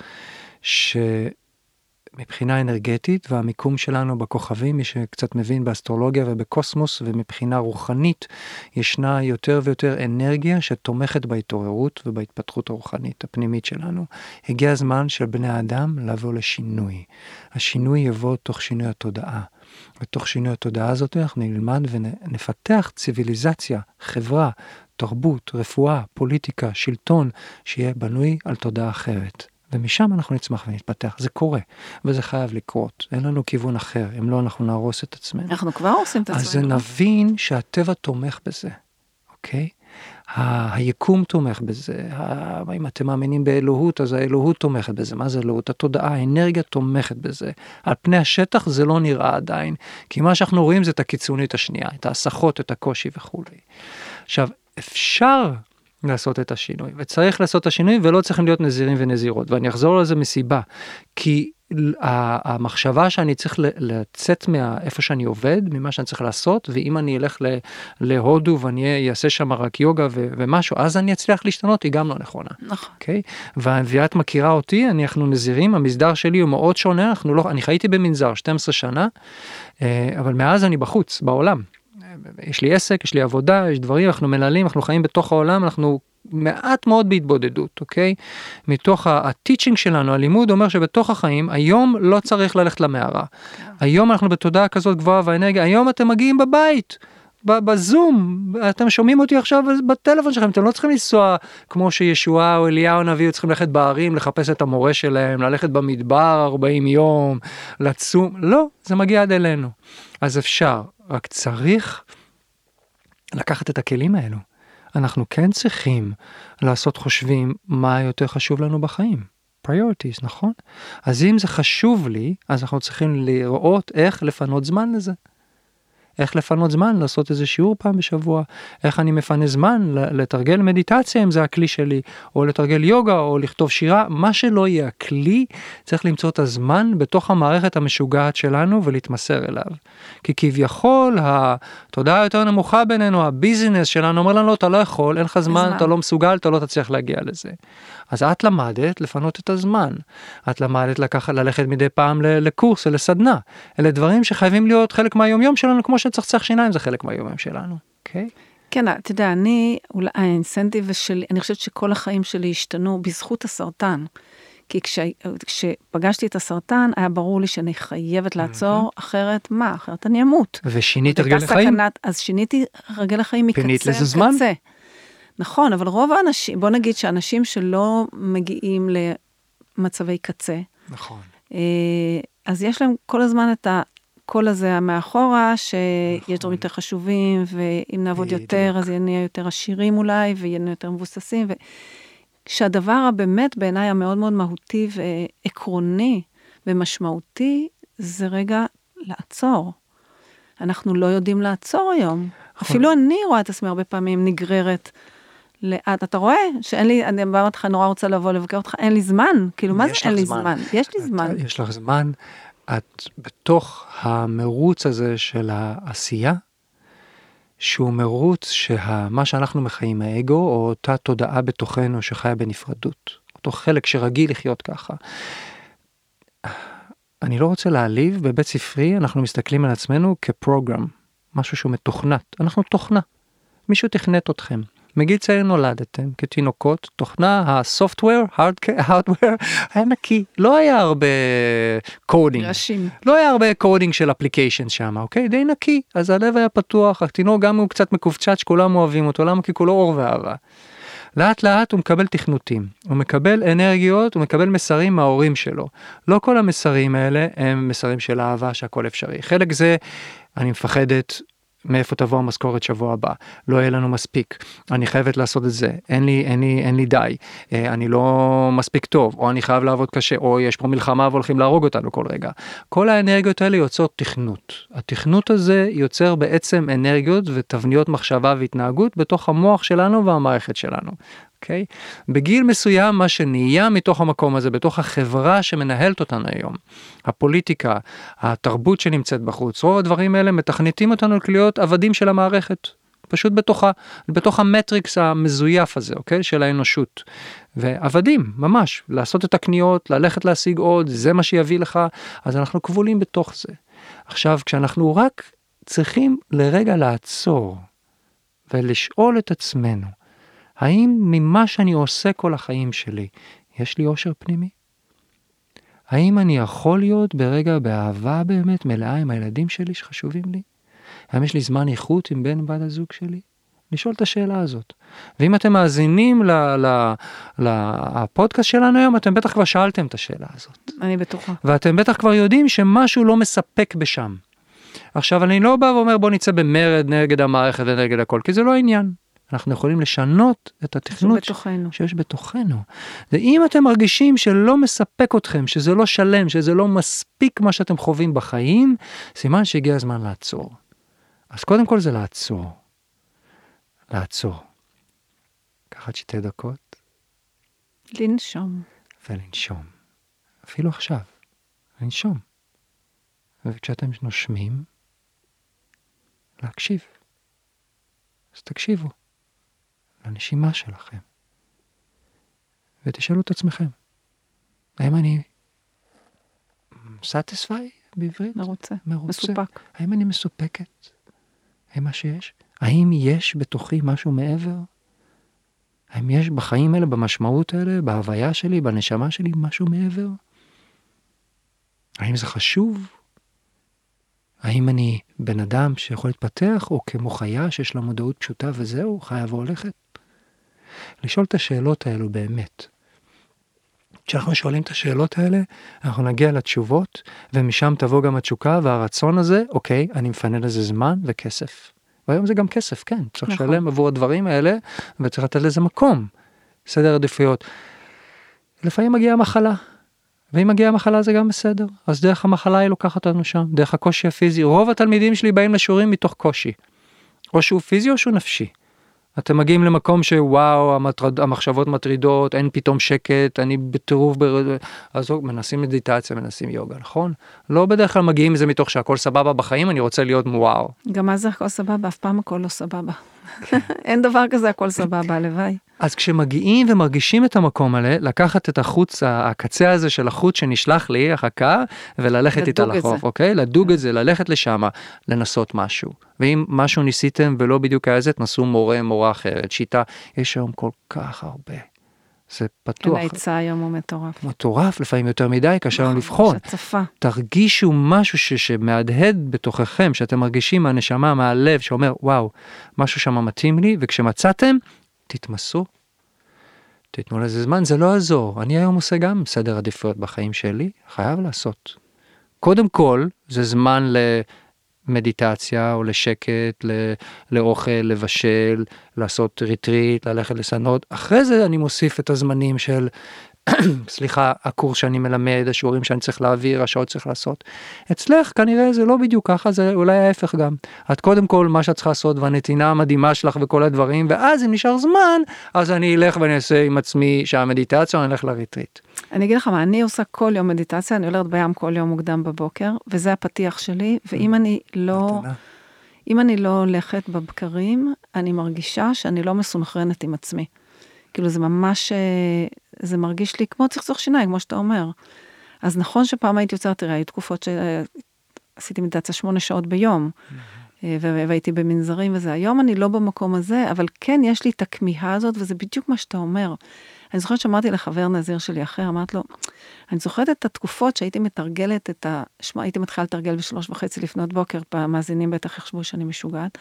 שמבחינה אנרגטית, והמיקום שלנו בכוכבים, מי שקצת מבין באסטרולוגיה ובקוסמוס, ומבחינה רוחנית, ישנה יותר ויותר אנרגיה שתומכת בהתעוררות ובהתפתחות הרוחנית הפנימית שלנו. הגיע הזמן של בני האדם לבוא לשינוי. השינוי יבוא תוך שינוי התודעה. בתוך שינוי התודעה הזאת אנחנו נלמד ונפתח ציוויליזציה, חברה, תרבות, רפואה, פוליטיקה, שלטון, שיהיה בנוי על תודעה אחרת. ומשם אנחנו נצמח ונתפתח. זה קורה, וזה חייב לקרות. אין לנו כיוון אחר, אם לא אנחנו נהרוס את עצמנו. אנחנו כבר עושים את עצמנו. אז נבין שהטבע תומך בזה, אוקיי? היקום תומך בזה, אם אתם מאמינים באלוהות, אז האלוהות תומכת בזה. מה זה אלוהות? התודעה, האנרגיה תומכת בזה. על פני השטח זה לא נראה עדיין, כי מה שאנחנו רואים זה את הקיצונית השנייה, את ההסחות, את הקושי וכו'. עכשיו, אפשר לעשות את השינוי, וצריך לעשות את השינוי, ולא צריכים להיות נזירים ונזירות, ואני אחזור לזה מסיבה, כי המחשבה שאני צריך לצאת מאיפה שאני עובד, ממה שאני צריך לעשות, ואם אני אלך להודו ואני אעשה שם רק יוגה ומשהו, אז אני אצליח להשתנות, היא גם לא נכונה. נכון. אוקיי? ואת מכירה אותי, אנחנו נזירים, המסדר שלי הוא מאוד שונה, אני חייתי במנזר 12 שנה, אבל מאז אני בחוץ, בעולם. יש לי עסק, יש לי עבודה, יש דברים, אנחנו מנהלים, אנחנו חיים בתוך העולם, אנחנו מעט מאוד בהתבודדות, אוקיי? מתוך הטיצ'ינג שלנו, הלימוד אומר שבתוך החיים, היום לא צריך ללכת למערה. היום אנחנו בתודעה כזאת גבוהה והאנרגיה, היום אתם מגיעים בבית, בזום, אתם שומעים אותי עכשיו בטלפון שלכם, אתם לא צריכים לנסוע כמו שישוע או אליהו הנביא, צריכים ללכת בערים, לחפש את המורה שלהם, ללכת במדבר 40 יום, לצום, לא, זה מגיע עד אלינו. אז אפשר, רק צריך לקחת את הכלים האלו. אנחנו כן צריכים לעשות חושבים מה יותר חשוב לנו בחיים. priorities, נכון? אז אם זה חשוב לי, אז אנחנו צריכים לראות איך לפנות זמן לזה. איך לפנות זמן, לעשות איזה שיעור פעם בשבוע, איך אני מפנה זמן, לתרגל מדיטציה אם זה הכלי שלי, או לתרגל יוגה, או לכתוב שירה, מה שלא יהיה הכלי, צריך למצוא את הזמן בתוך המערכת המשוגעת שלנו, ולהתמסר אליו. כי כביכול, התודעה היותר נמוכה בינינו, הביזינס שלנו, אומר לנו, אתה לא יכול, אין לך זמן, אתה לא מסוגל, אתה לא תצליח להגיע לזה. אז את למדת לפנות את הזמן. את למדת ללכת מדי פעם לקורס, לסדנה. אלה דברים שחייבים להיות חלק מהיום-יום שלנו, כמו שצחצח שיניים זה חלק מהיום-יום שלנו. אוקיי? כן, אתה יודע, האינסנטיב שלי, אני חושבת שכל החיים שלי השתנו בזכות הסרטן. כי כשפגשתי את הסרטן, היה ברור לי שאני חייבת לעצור, אחרת מה? אחרת אני אמות. ושינית הרגל לחיים? אז שיניתי הרגל לחיים מקצה פינית לזה זמן? נכון, אבל רוב האנשים, בוא נגיד שאנשים שלא מגיעים למצבי קצה, נכון. אז יש להם כל הזמן את הקול הזה מאחורה, שיש דברים יותר חשובים, ואם נעבוד יותר, אז נהיה יותר עשירים אולי, ויהיה יותר מבוססים, שהדבר הבאמת בעיניי המאוד מאוד מהותי ועקרוני ומשמעותי, זה רגע לעצור. אנחנו לא יודעים לעצור היום. אפילו אני רואה את עצמי הרבה פעמים נגררת לאט, אתה רואה שאין לי, אני אמרת לך, נורא רוצה לבוא לבקר אותך, אין לי זמן, כאילו מה זה אין לי זמן? יש לי זמן. יש לך זמן, את בתוך המרוץ הזה של העשייה, שהוא מרוץ שמה שאנחנו מחיים האגו, או אותה תודעה בתוכנו שחיה בנפרדות, אותו חלק שרגיל לחיות ככה. אני לא רוצה להעליב, בבית ספרי אנחנו מסתכלים על עצמנו כפרוגרם, משהו שהוא מתוכנת, אנחנו תוכנה, מישהו תכנת אתכם. מגיל צעיר נולדתם כתינוקות, תוכנה, ה-software, hardware, היה נקי, לא היה הרבה קודינג, לא היה הרבה קודינג של אפליקיישן שם, אוקיי? די נקי, אז הלב היה פתוח, התינוק גם הוא קצת מקופצ'ץ', כולם אוהבים אותו, למה? כי כולו אור ואהבה. לאט לאט הוא מקבל תכנותים, הוא מקבל אנרגיות, הוא מקבל מסרים מההורים שלו. לא כל המסרים האלה הם מסרים של אהבה שהכל אפשרי. חלק זה, אני מפחדת, מאיפה תבוא המשכורת שבוע הבא, לא יהיה לנו מספיק, אני חייבת לעשות את זה, אין לי די, אני לא מספיק טוב, או אני חייב לעבוד קשה, או יש פה מלחמה והולכים להרוג אותנו כל רגע. כל האנרגיות האלה יוצאות תכנות. התכנות הזה יוצר בעצם אנרגיות ותבניות מחשבה והתנהגות בתוך המוח שלנו והמערכת שלנו. Okay? בגיל מסוים מה שנהיה מתוך המקום הזה, בתוך החברה שמנהלת אותנו היום, הפוליטיקה, התרבות שנמצאת בחוץ, רוב הדברים האלה מתכנתים אותנו להיות עבדים של המערכת, פשוט בתוך המטריקס המזויף הזה, okay? של האנושות, ועבדים ממש, לעשות את הקניות, ללכת להשיג עוד, זה מה שיביא לך, אז אנחנו כבולים בתוך זה. עכשיו כשאנחנו רק צריכים לרגע לעצור, ולשאול את עצמנו, האם ממה שאני עושה כל החיים שלי, יש לי אושר פנימי? האם אני יכול להיות ברגע באהבה באמת מלאה עם הילדים שלי שחשובים לי? האם יש לי זמן איכות עם בן בת הזוג שלי? לשאול את השאלה הזאת. ואם אתם מאזינים לפודקאסט שלנו היום, אתם בטח כבר שאלתם את השאלה הזאת. אני בטוחה. ואתם בטח כבר יודעים שמשהו לא מספק בשם. עכשיו אני לא בא ואומר בוא נצא במרד נגד המערכת ונגד הכל, כי זה לא העניין. אנחנו יכולים לשנות את התכנות שיש בתוכנו. ואם אתם מרגישים שלא מספק אתכם, שזה לא שלם, שזה לא מספיק מה שאתם חווים בחיים, סימן שהגיע הזמן לעצור. אז קודם כל זה לעצור. לעצור. לקחת 2 דקות. לנשום. ולנשום. אפילו עכשיו. לנשום. וכשאתם נושמים, להקשיב. אז תקשיבו. לנשימה שלכם. ותשאלו את עצמכם, האם אני satisfy בעברית? מרוצה. מסופק. האם אני מסופקת? האם מה שיש? האם יש בתוכי משהו מעבר? האם יש בחיים האלה, במשמעות האלה, בהוויה שלי, בנשמה שלי, משהו מעבר? האם זה חשוב? האם אני בן אדם שיכול להתפתח, או כמו חיה שיש לה מודעות פשוטה וזהו, חיה והולכת? לשאול את השאלות האלו באמת. כשאנחנו שואלים את השאלות האלה, אנחנו נגיע לתשובות, ומשם תבוא גם התשוקה והרצון הזה, אוקיי, אני מפנה לזה זמן וכסף. והיום זה גם כסף, כן, צריך לשלם עבור הדברים האלה, וצריך לתת לזה מקום, סדר עדיפויות. לפעמים מגיעה מחלה, ואם מגיעה מחלה זה גם בסדר, אז דרך המחלה היא לוקחת אותנו שם, דרך הקושי הפיזי. רוב התלמידים שלי באים לשיעורים מתוך קושי, או שהוא פיזי או שהוא נפשי. אתם מגיעים למקום שוואו, המחשבות מטרידות, אין פתאום שקט, אני בטירוף, אז מנסים מדיטציה, מנסים יוגה, נכון? לא בדרך כלל מגיעים מזה מתוך שהכל סבבה בחיים, אני רוצה להיות וואו. גם מה זה הכל סבבה? אף פעם הכל לא סבבה. אין דבר כזה הכל סבבה, הלוואי. אז כשמגיעים ומרגישים את המקום האלה, לקחת את החוץ, הקצה הזה של החוץ שנשלח לי, החכה, וללכת איתה לחוף, אוקיי? לדוג את זה, ללכת לשם, לנסות משהו. ואם משהו ניסיתם ולא בדיוק היה זה, תנסו מורה אחרת, שיטה, יש היום כל כך הרבה. זה פתוח. ההיצע היום הוא מטורף. מטורף, לפעמים יותר מדי, קשה לנו לבחון. שצפה. תרגישו משהו שמהדהד בתוככם, שאתם מרגישים מהנשמה, מהלב, שאומר, וואו, משהו שם מתאים לי, וכשמצאתם, תתמסו, תתנו לזה זמן, זה לא יעזור. אני היום עושה גם סדר עדיפויות בחיים שלי, חייב לעשות. קודם כל, זה זמן למדיטציה או לשקט, לאוכל, לבשל, לעשות ריטריט, ללכת לסנות. אחרי זה אני מוסיף את הזמנים של סליחה, הקורס שאני מלמד, השיעורים שאני צריך להעביר, השעות צריך לעשות. אצלך כנראה זה לא בדיוק ככה, זה אולי ההפך גם. את קודם כל מה שאת צריכה לעשות, והנתינה המדהימה שלך וכל הדברים, ואז אם נשאר זמן, אז אני אלך ואני אעשה עם עצמי שהמדיטציה, אני אלך לריטריט. אני אגיד לך מה, אני עושה כל יום מדיטציה, אני הולכת בים כל יום מוקדם בבוקר, וזה הפתיח שלי, ואם אני לא הולכת בבקרים, אני מרגישה שאני לא מסונכרנת עם עצמי. כאילו זה ממש, זה מרגיש לי כמו צחצוח שיניים, כמו שאתה אומר. אז נכון שפעם הייתי יוצרת, תראה, היו תקופות שעשיתי מדיטציה 8 שעות ביום, והייתי במנזרים וזה. היום אני לא במקום הזה, אבל כן יש לי את הכמיהה הזאת, וזה בדיוק מה שאתה אומר. אני זוכרת שאמרתי לחבר נזיר שלי אחר, אמרת לו, אני זוכרת את התקופות שהייתי מתרגלת הייתי מתחילה לתרגל ב3:30 לפנות בוקר, המאזינים בטח יחשבו שאני משוגעת,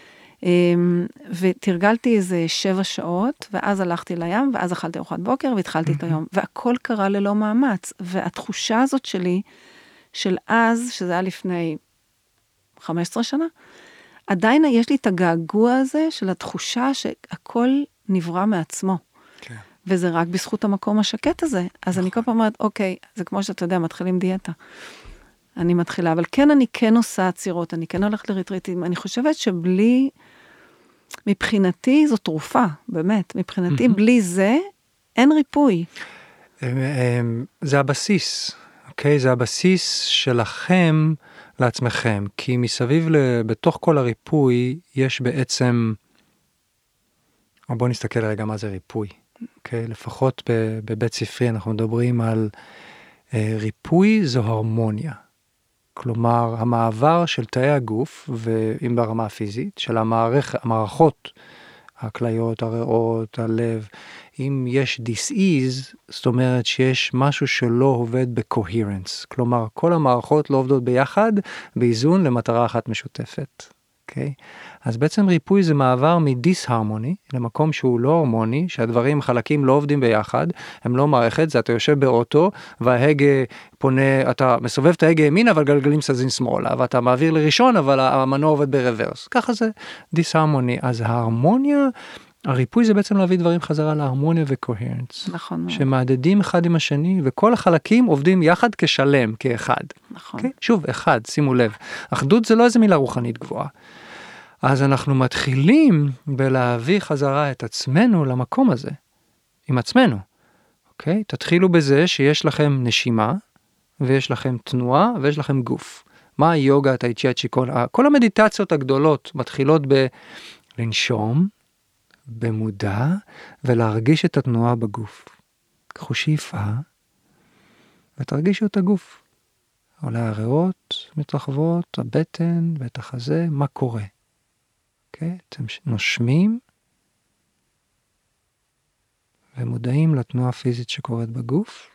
ותרגלתי איזה 7 שעות, ואז הלכתי לים, ואז אכלתי ארוחת בוקר, והתחלתי את היום, והכל קרה ללא מאמץ, והתחושה הזאת שלי, של אז, שזה היה לפני 15 שנה, עדיין יש לי את הגעגוע הזה, של התחושה שהכל נברא מעצמו. כן. וזה רק בזכות המקום השקט הזה. אז אני כל פעם אומרת, אוקיי, זה כמו שאתה יודע, מתחילים דיאטה. אני מתחילה, אבל כן, אני כן עושה עצירות, אני כן הולכת לריטריטים. אני חושבת שבלי, מבחינתי זו תרופה, באמת. מבחינתי, בלי זה, אין ריפוי. זה הבסיס, אוקיי? זה הבסיס שלכם לעצמכם. כי מסביב, בתוך כל הריפוי, יש בעצם, בואו נסתכל רגע מה זה ריפוי. אוקיי? לפחות בבית ספרי אנחנו מדברים על ריפוי זו הרמוניה. כלומר, המעבר של תאי הגוף, ואם ברמה הפיזית, של המערכות, הכליות, הריאות, הלב, אם יש disease, זאת אומרת שיש משהו שלא עובד ב-coherence. כלומר, כל המערכות לא עובדות ביחד, באיזון למטרה אחת משותפת. אוקיי? אז בעצם ריפוי זה מעבר מדיס-הרמוני, למקום שהוא לא הרמוני, שהדברים, חלקים לא עובדים ביחד, הם לא מערכת, זה אתה יושב באוטו, וההגה פונה, אתה מסובב את ההגה ימין, אבל גלגלים סזין שמאלה, ואתה מעביר לראשון, אבל המנוע עובד ברוורס. ככה זה דיס-הרמוני. אז ההרמוניה, הריפוי זה בעצם להביא דברים חזרה להרמוניה וקוהרנס. נכון. שמעדדים אחד עם השני, וכל החלקים עובדים יחד כשלם, כאחד. נכון. Okay? שוב, אחד, שימו לב. אחדות זה לא איזה מילה רוחנית גבוהה. אז אנחנו מתחילים בלהביא חזרה את עצמנו למקום הזה, עם עצמנו. אוקיי? תתחילו בזה שיש לכם נשימה, ויש לכם תנועה, ויש לכם גוף. מה היוגה, טאי צ'י, צ'יקון? כל המדיטציות הגדולות מתחילות בלנשום, במודע, ולהרגיש את התנועה בגוף. קחו שאיפה, ותרגישו את הגוף. אולי הריאות מתרחבות, הבטן, ואת החזה, מה קורה? אוקיי? אתם נושמים, ומודעים לתנועה הפיזית שקורית בגוף.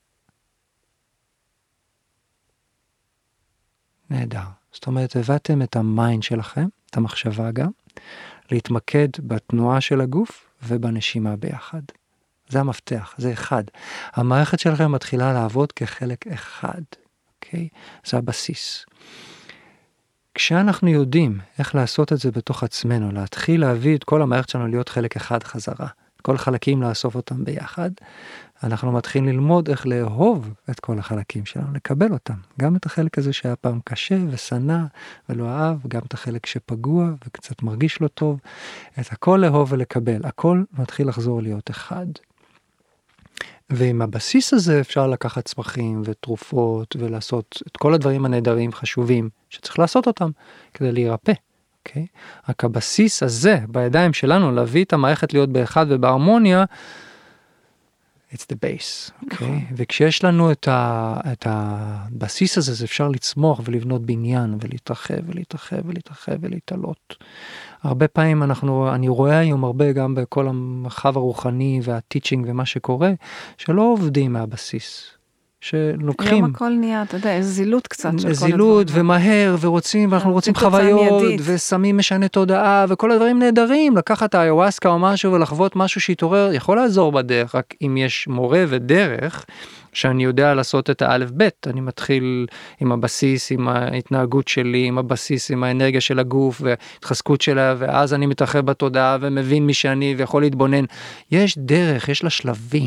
נהדר. זאת אומרת, הבאתם את המיינד שלכם, את המחשבה גם, להתמקד בתנועה של הגוף ובנשימה ביחד. זה המפתח, זה אחד. המערכת שלכם מתחילה לעבוד כחלק אחד. אוקיי? זה הבסיס. כשאנחנו יודעים איך לעשות את זה בתוך עצמנו, להתחיל להביא את כל המערכת שלנו להיות חלק אחד חזרה, כל החלקים לאסוף אותם ביחד, אנחנו מתחילים ללמוד איך לאהוב את כל החלקים שלנו, לקבל אותם. גם את החלק הזה שהיה פעם קשה ושנא ולא אהב, גם את החלק שפגוע וקצת מרגיש לא טוב, את הכל לאהוב ולקבל. הכל מתחיל לחזור להיות אחד. ועם הבסיס הזה אפשר לקחת צמחים ותרופות ולעשות את כל הדברים הנהדרים חשובים שצריך לעשות אותם כדי להירפא. אוקיי? רק הבסיס הזה בידיים שלנו להביא את המערכת להיות באחד ובהרמוניה, it's the base. אוקיי? וכשיש לנו את הבסיס הזה, זה אפשר לצמוח ולבנות בניין ולהתרחב ולהתרחב ולהתרחב ולהתעלות. הרבה פעמים אני רואה היום הרבה גם בכל המרחב הרוחני והטיצ'ינג ומה שקורה, שלא עובדים מהבסיס. שלוקחים... היום הכל נהיה, אתה יודע, איזו זילות קצת של כל הדברים. זילות ומהר ורוצים, ואנחנו רוצים חוויות, ושמים משנה תודעה, וכל הדברים נהדרים, לקחת האיוואסקה או משהו ולחוות משהו שיתעורר, יכול לעזור בדרך, רק אם יש מורה ודרך, שאני יודע לעשות את האלף בית, אני מתחיל עם הבסיס, עם ההתנהגות שלי, עם הבסיס, עם האנרגיה של הגוף, והתחזקות שלה, ואז אני מתרחב בתודעה, ומבין מי שאני, ויכול להתבונן. יש דרך, יש לה שלבים.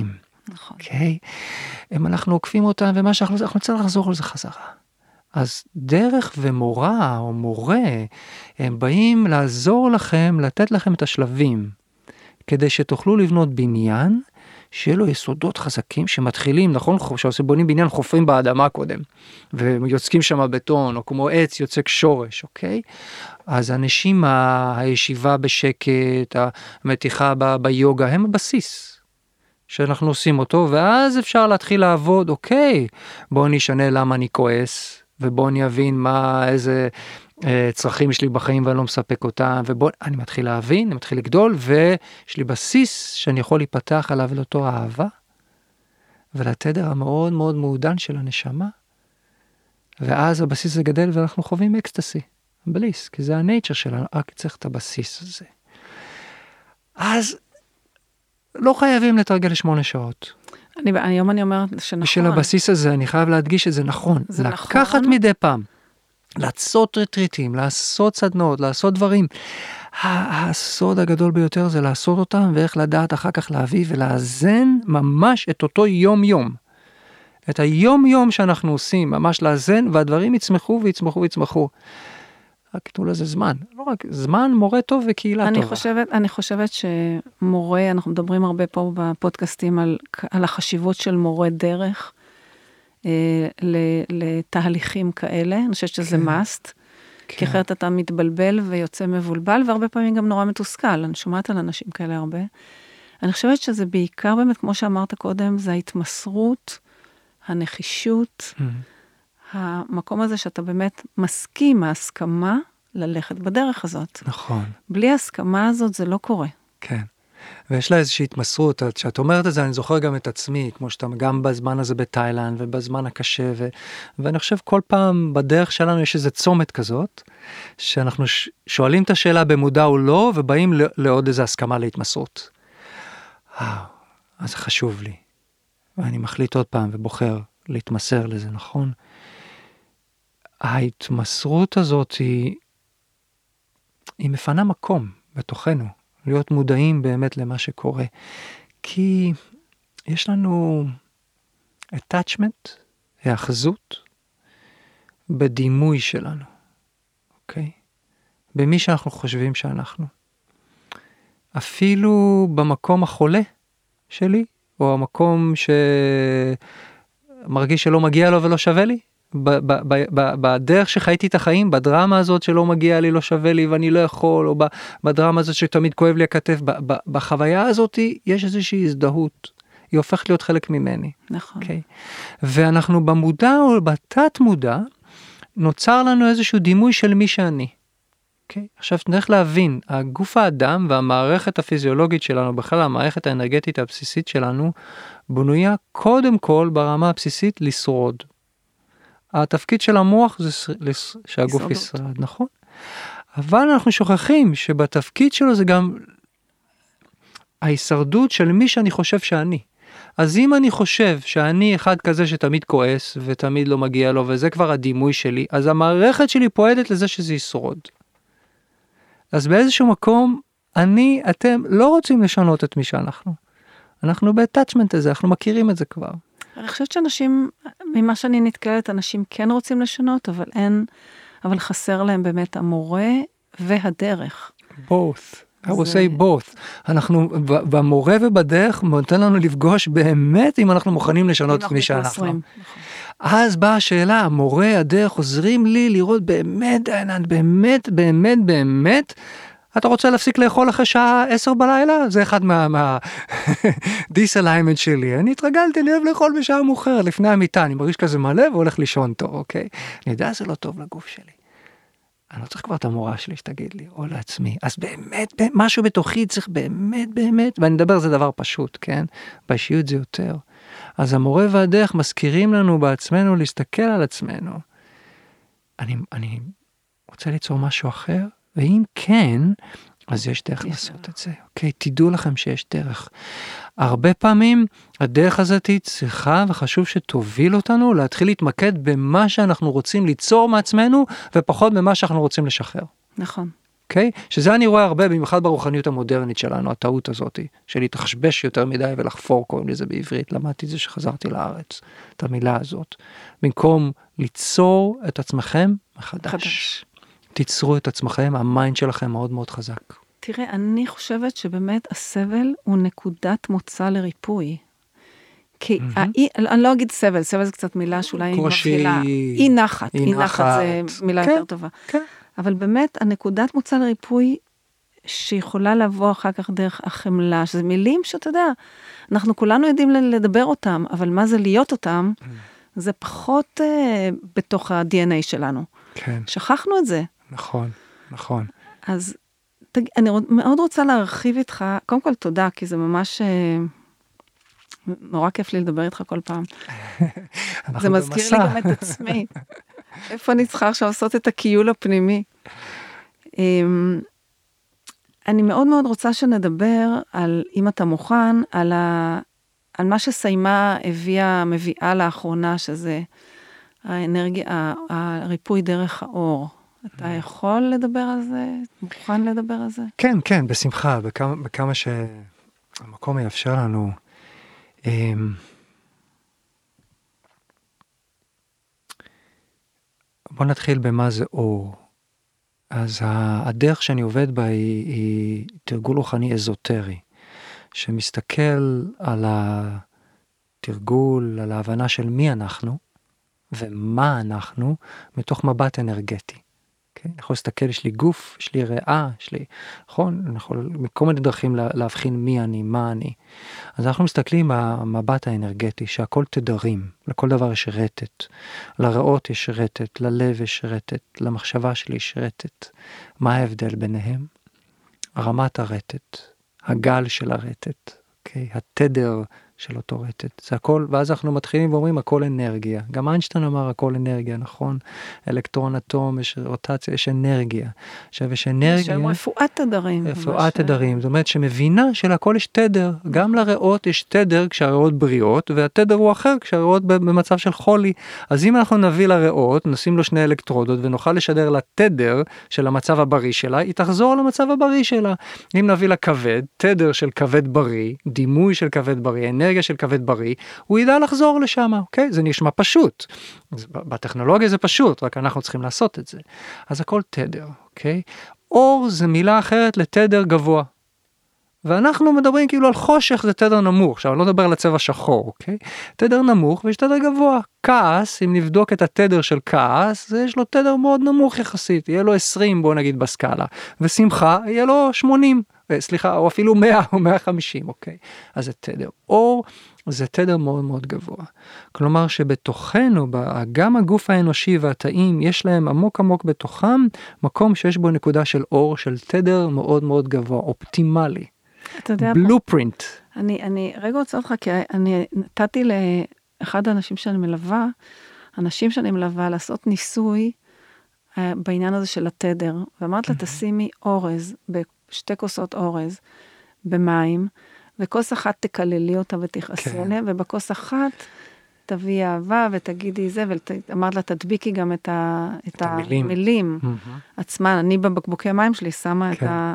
נכון. אוקיי? אם אנחנו עוקפים אותם, ומה אנחנו צריכים לחזור על זה חזרה. אז דרך ומורה או מורה, הם באים לעזור לכם, לתת לכם את השלבים, כדי שתוכלו לבנות בניין, שיהיה לו יסודות חזקים שמתחילים, נכון? כשבונים בניין חופרים באדמה קודם, ויוצקים שם בטון, או כמו עץ יוצק שורש, אוקיי? אז הנשימה, הישיבה בשקט, המתיחה ביוגה, הם הבסיס שאנחנו עושים אותו, ואז אפשר להתחיל לעבוד, אוקיי, בואו נשנה למה אני כועס, ובואו נבין איזה צרכים יש לי בחיים ואני לא מספק אותם, אני מתחיל להבין, אני מתחיל לגדול, ויש לי בסיס שאני יכול להיפתח עליו לאותו אהבה, ולתדר המאוד מאוד מעודן של הנשמה, ואז הבסיס זה גדל ואנחנו חווים אקסטסי, בליס, כי זה הנייצ'ר שלנו, רק צריך את הבסיס הזה. אז לא חייבים לתרגל 8 שעות. היום אני אומרת שנכון. בשביל הבסיס הזה, אני חייב להדגיש את זה נכון. זה לקחת מדי פעם, לעשות רטריטים, לעשות סדנות, לעשות דברים. הסוד הגדול ביותר זה לעשות אותם, ואיך לדעת אחר כך להביא ולאזן ממש את אותו יום-יום. את היום-יום שאנחנו עושים, ממש לאזן, והדברים יצמחו ויצמחו ויצמחו. רק תנו לזה זמן. לא רק זמן, מורה טוב וקהילה טובה. אני חושבת שמורה, אנחנו מדברים הרבה פה בפודקאסטים על החשיבות של מורה דרך, לתהליכים כאלה. אני חושבת שזה must, כי אחרת אתה מתבלבל ויוצא מבולבל, והרבה פעמים גם נורא מתוסכל. אני שומעת על אנשים כאלה הרבה. אני חושבת שזה בעיקר באמת, כמו שאמרת קודם, זה ההתמסרות, הנחישות, המקום הזה שאתה באמת מסכים, ההסכמה ללכת בדרך הזאת. נכון. בלי ההסכמה הזאת זה לא קורה. כן. ויש לה איזושהי התמסרות, כשאת אומרת את זה, אני זוכר גם את עצמי, כמו שאתה גם בזמן הזה בתאילנד, ובזמן הקשה, ואני חושב כל פעם בדרך שלנו יש איזה צומת כזאת, שאנחנו שואלים את השאלה במודע או לא, ובאים לעוד איזו הסכמה להתמסרות. אז זה חשוב לי. ואני מחליט עוד פעם ובוחר להתמסר לזה, נכון? ההתמסרות הזאת היא מפנה מקום בתוכנו, להיות מודעים באמת למה שקורה. כי יש לנו attachment, האחזות, בדימוי שלנו, אוקיי? במי שאנחנו חושבים שאנחנו. אפילו במקום החולה שלי, או המקום שמרגיש שלא מגיע לו ולא שווה לי, בדרך שחייתי את החיים, בדרמה הזאת שלא מגיע לי, לא שווה לי ואני לא יכול, או בדרמה הזאת שתמיד כואב לי הכתף, בחוויה הזאת יש איזושהי הזדהות, היא הופכת להיות חלק ממני. נכון. Okay? ואנחנו במודע או בתת מודע, נוצר לנו איזשהו דימוי של מי שאני. Okay? עכשיו נלך להבין, הגוף האדם והמערכת הפיזיולוגית שלנו, בכלל המערכת האנרגטית הבסיסית שלנו, בנויה קודם כל ברמה הבסיסית לשרוד. התפקיד של המוח זה שהגוף ישרד, נכון? אבל אנחנו שוכחים שבתפקיד שלו זה גם ההישרדות של מי שאני חושב שאני. אז אם אני חושב שאני אחד כזה שתמיד כועס ותמיד לא מגיע לו, וזה כבר הדימוי שלי, אז המערכת שלי פועדת לזה שזה ישרוד. אז באיזשהו מקום, אתם לא רוצים לשנות את מי שאנחנו. אנחנו ב-attachment הזה, אנחנו מכירים את זה כבר. אני חושבת שאנשים, ממה שאני נתקלת, אנשים כן רוצים לשנות, אבל חסר להם באמת המורה והדרך. both. I will say both. אנחנו, במורה ובדרך, נותן לנו לפגוש באמת אם אנחנו מוכנים לשנות את מי שאנחנו. אז באה השאלה, המורה, הדרך, עוזרים לי לראות באמת, באמת, באמת, באמת, אתה רוצה להפסיק לאכול אחרי שעה 10 בלילה? זה אחד דיסאליימנט שלי. אני התרגלתי, אני אוהב לאכול בשעה מאוחר, לפני המיטה, אני מרגיש כזה מלא והולך לישון טוב, אוקיי? אני יודע, זה לא טוב לגוף שלי. אני לא צריך כבר את המורה שלי שתגיד לי, או לעצמי. אז באמת, משהו בתוכי צריך באמת, באמת, ואני מדבר, זה דבר פשוט, כן? באישיות זה יותר. אז המורה והדרך מזכירים לנו בעצמנו להסתכל על עצמנו. אני רוצה ליצור משהו אחר, ואם כן, אז יש דרך לעשות את זה. אוקיי, תדעו לכם שיש דרך. הרבה פעמים הדרך הזאת צריכה וחשוב שתוביל אותנו להתחיל להתמקד במה שאנחנו רוצים ליצור מעצמנו, ופחות במה שאנחנו רוצים לשחרר. נכון. אוקיי? שזה אני רואה הרבה, במיוחד ברוחניות המודרנית שלנו, הטעות הזאת, של להתחשבש יותר מדי ולחפור, קוראים לזה בעברית, למדתי את זה שחזרתי לארץ, את המילה הזאת. במקום ליצור את עצמכם מחדש. תיצרו את עצמכם, המיינד שלכם מאוד מאוד חזק. תראה, אני חושבת שבאמת הסבל הוא נקודת מוצא לריפוי. כי אני לא אגיד סבל, סבל זה קצת מילה שאולי היא מבחילה. אי נחת, אי נחת זה מילה יותר טובה. אבל באמת הנקודת מוצא לריפוי שיכולה לבוא אחר כך דרך החמלה, שזה מילים שאתה יודע, אנחנו כולנו יודעים לדבר אותם, אבל מה זה להיות אותם, זה פחות בתוך ה-DNA שלנו. כן. שכחנו את זה. נכון, נכון. אז אני מאוד רוצה להרחיב איתך, קודם כל תודה, כי זה ממש נורא כיף לי לדבר איתך כל פעם. זה מזכיר לי גם את עצמי. איפה אני צריכה עכשיו לעשות את הקיול הפנימי? אני מאוד מאוד רוצה שנדבר על, אם אתה מוכן, על מה שסיימה מביאה לאחרונה, שזה האנרגיה, הריפוי דרך האור. אתה יכול לדבר על זה? מוכן לדבר על זה? כן, כן, בשמחה, בכמה שהמקום יאפשר לנו. בוא נתחיל במה זה אור. אז הדרך שאני עובד בה היא תרגול רוחני אזוטרי, שמסתכל על התרגול, על ההבנה של מי אנחנו, ומה אנחנו, מתוך מבט אנרגטי. אני יכול להסתכל, יש לי גוף, יש לי ריאה, יש לי, נכון? אני יכול מכל מיני דרכים להבחין מי אני, מה אני. אז אנחנו מסתכלים במבט האנרגטי, שהכל תדרים, לכל דבר יש רטט, לריאות יש רטט, ללב יש רטט, למחשבה שלי יש רטט. מה ההבדל ביניהם? רמת הרטט, הגל של הרטט, אוקיי? התדר של אותו רטט. זה הכל, ואז אנחנו מתחילים ואומרים הכל אנרגיה. גם איינשטיין אמר הכל אנרגיה, נכון? אלקטרון, אטום, יש רוטציה, יש אנרגיה. עכשיו יש אנרגיה. יש רפואת תדרים. רפואת תדרים. זאת אומרת שמבינה שלהכל יש תדר. גם לריאות יש תדר כשהריאות בריאות, והתדר הוא אחר כשהריאות במצב של חולי. אז אם אנחנו נביא לריאות, נשים לו שני אלקטרודות, ונוכל לשדר לתדר של המצב הבריא שלה, היא תחזור למצב הבריא שלה. אם נביא לכבד, תדר של כבד בריא, דימוי של כבד בריא, אנרגיה של כבד בריא, הוא ידע לחזור לשם, אוקיי? זה נשמע פשוט. בטכנולוגיה זה פשוט, רק אנחנו צריכים לעשות את זה. אז הכל תדר, אוקיי? אור זה מילה אחרת לתדר גבוה. ואנחנו מדברים כאילו על חושך זה תדר נמוך. עכשיו, אני לא מדבר על הצבע שחור, אוקיי? תדר נמוך ויש תדר גבוה. כעס, אם נבדוק את התדר של כעס, יש לו תדר מאוד נמוך יחסית. יהיה לו 20, בוא נגיד, בסקאלה. ושמחה, יהיה לו 80. סליחה, או אפילו 100 או 150, אוקיי? אז זה תדר. אור זה תדר מאוד מאוד גבוה. כלומר שבתוכנו, גם הגוף האנושי והתאים, יש להם עמוק עמוק בתוכם, מקום שיש בו נקודה של אור, של תדר מאוד מאוד גבוה, אופטימלי. אתה יודע, בלופרינט. אני רגע רוצה אותך, כי אני נתתי לאחד האנשים שאני מלווה, לעשות ניסוי בעניין הזה של התדר, ואמרת לה, תשימי אורז, בשתי כוסות אורז, במים, וכוס אחת תקללי אותה ותכעסי עליה, ובכוס אחת תביא אהבה ותגידי זה, ואמרת לה, תדביקי גם את המילים עצמן. אני בבקבוקי המים שלי שמה את ה...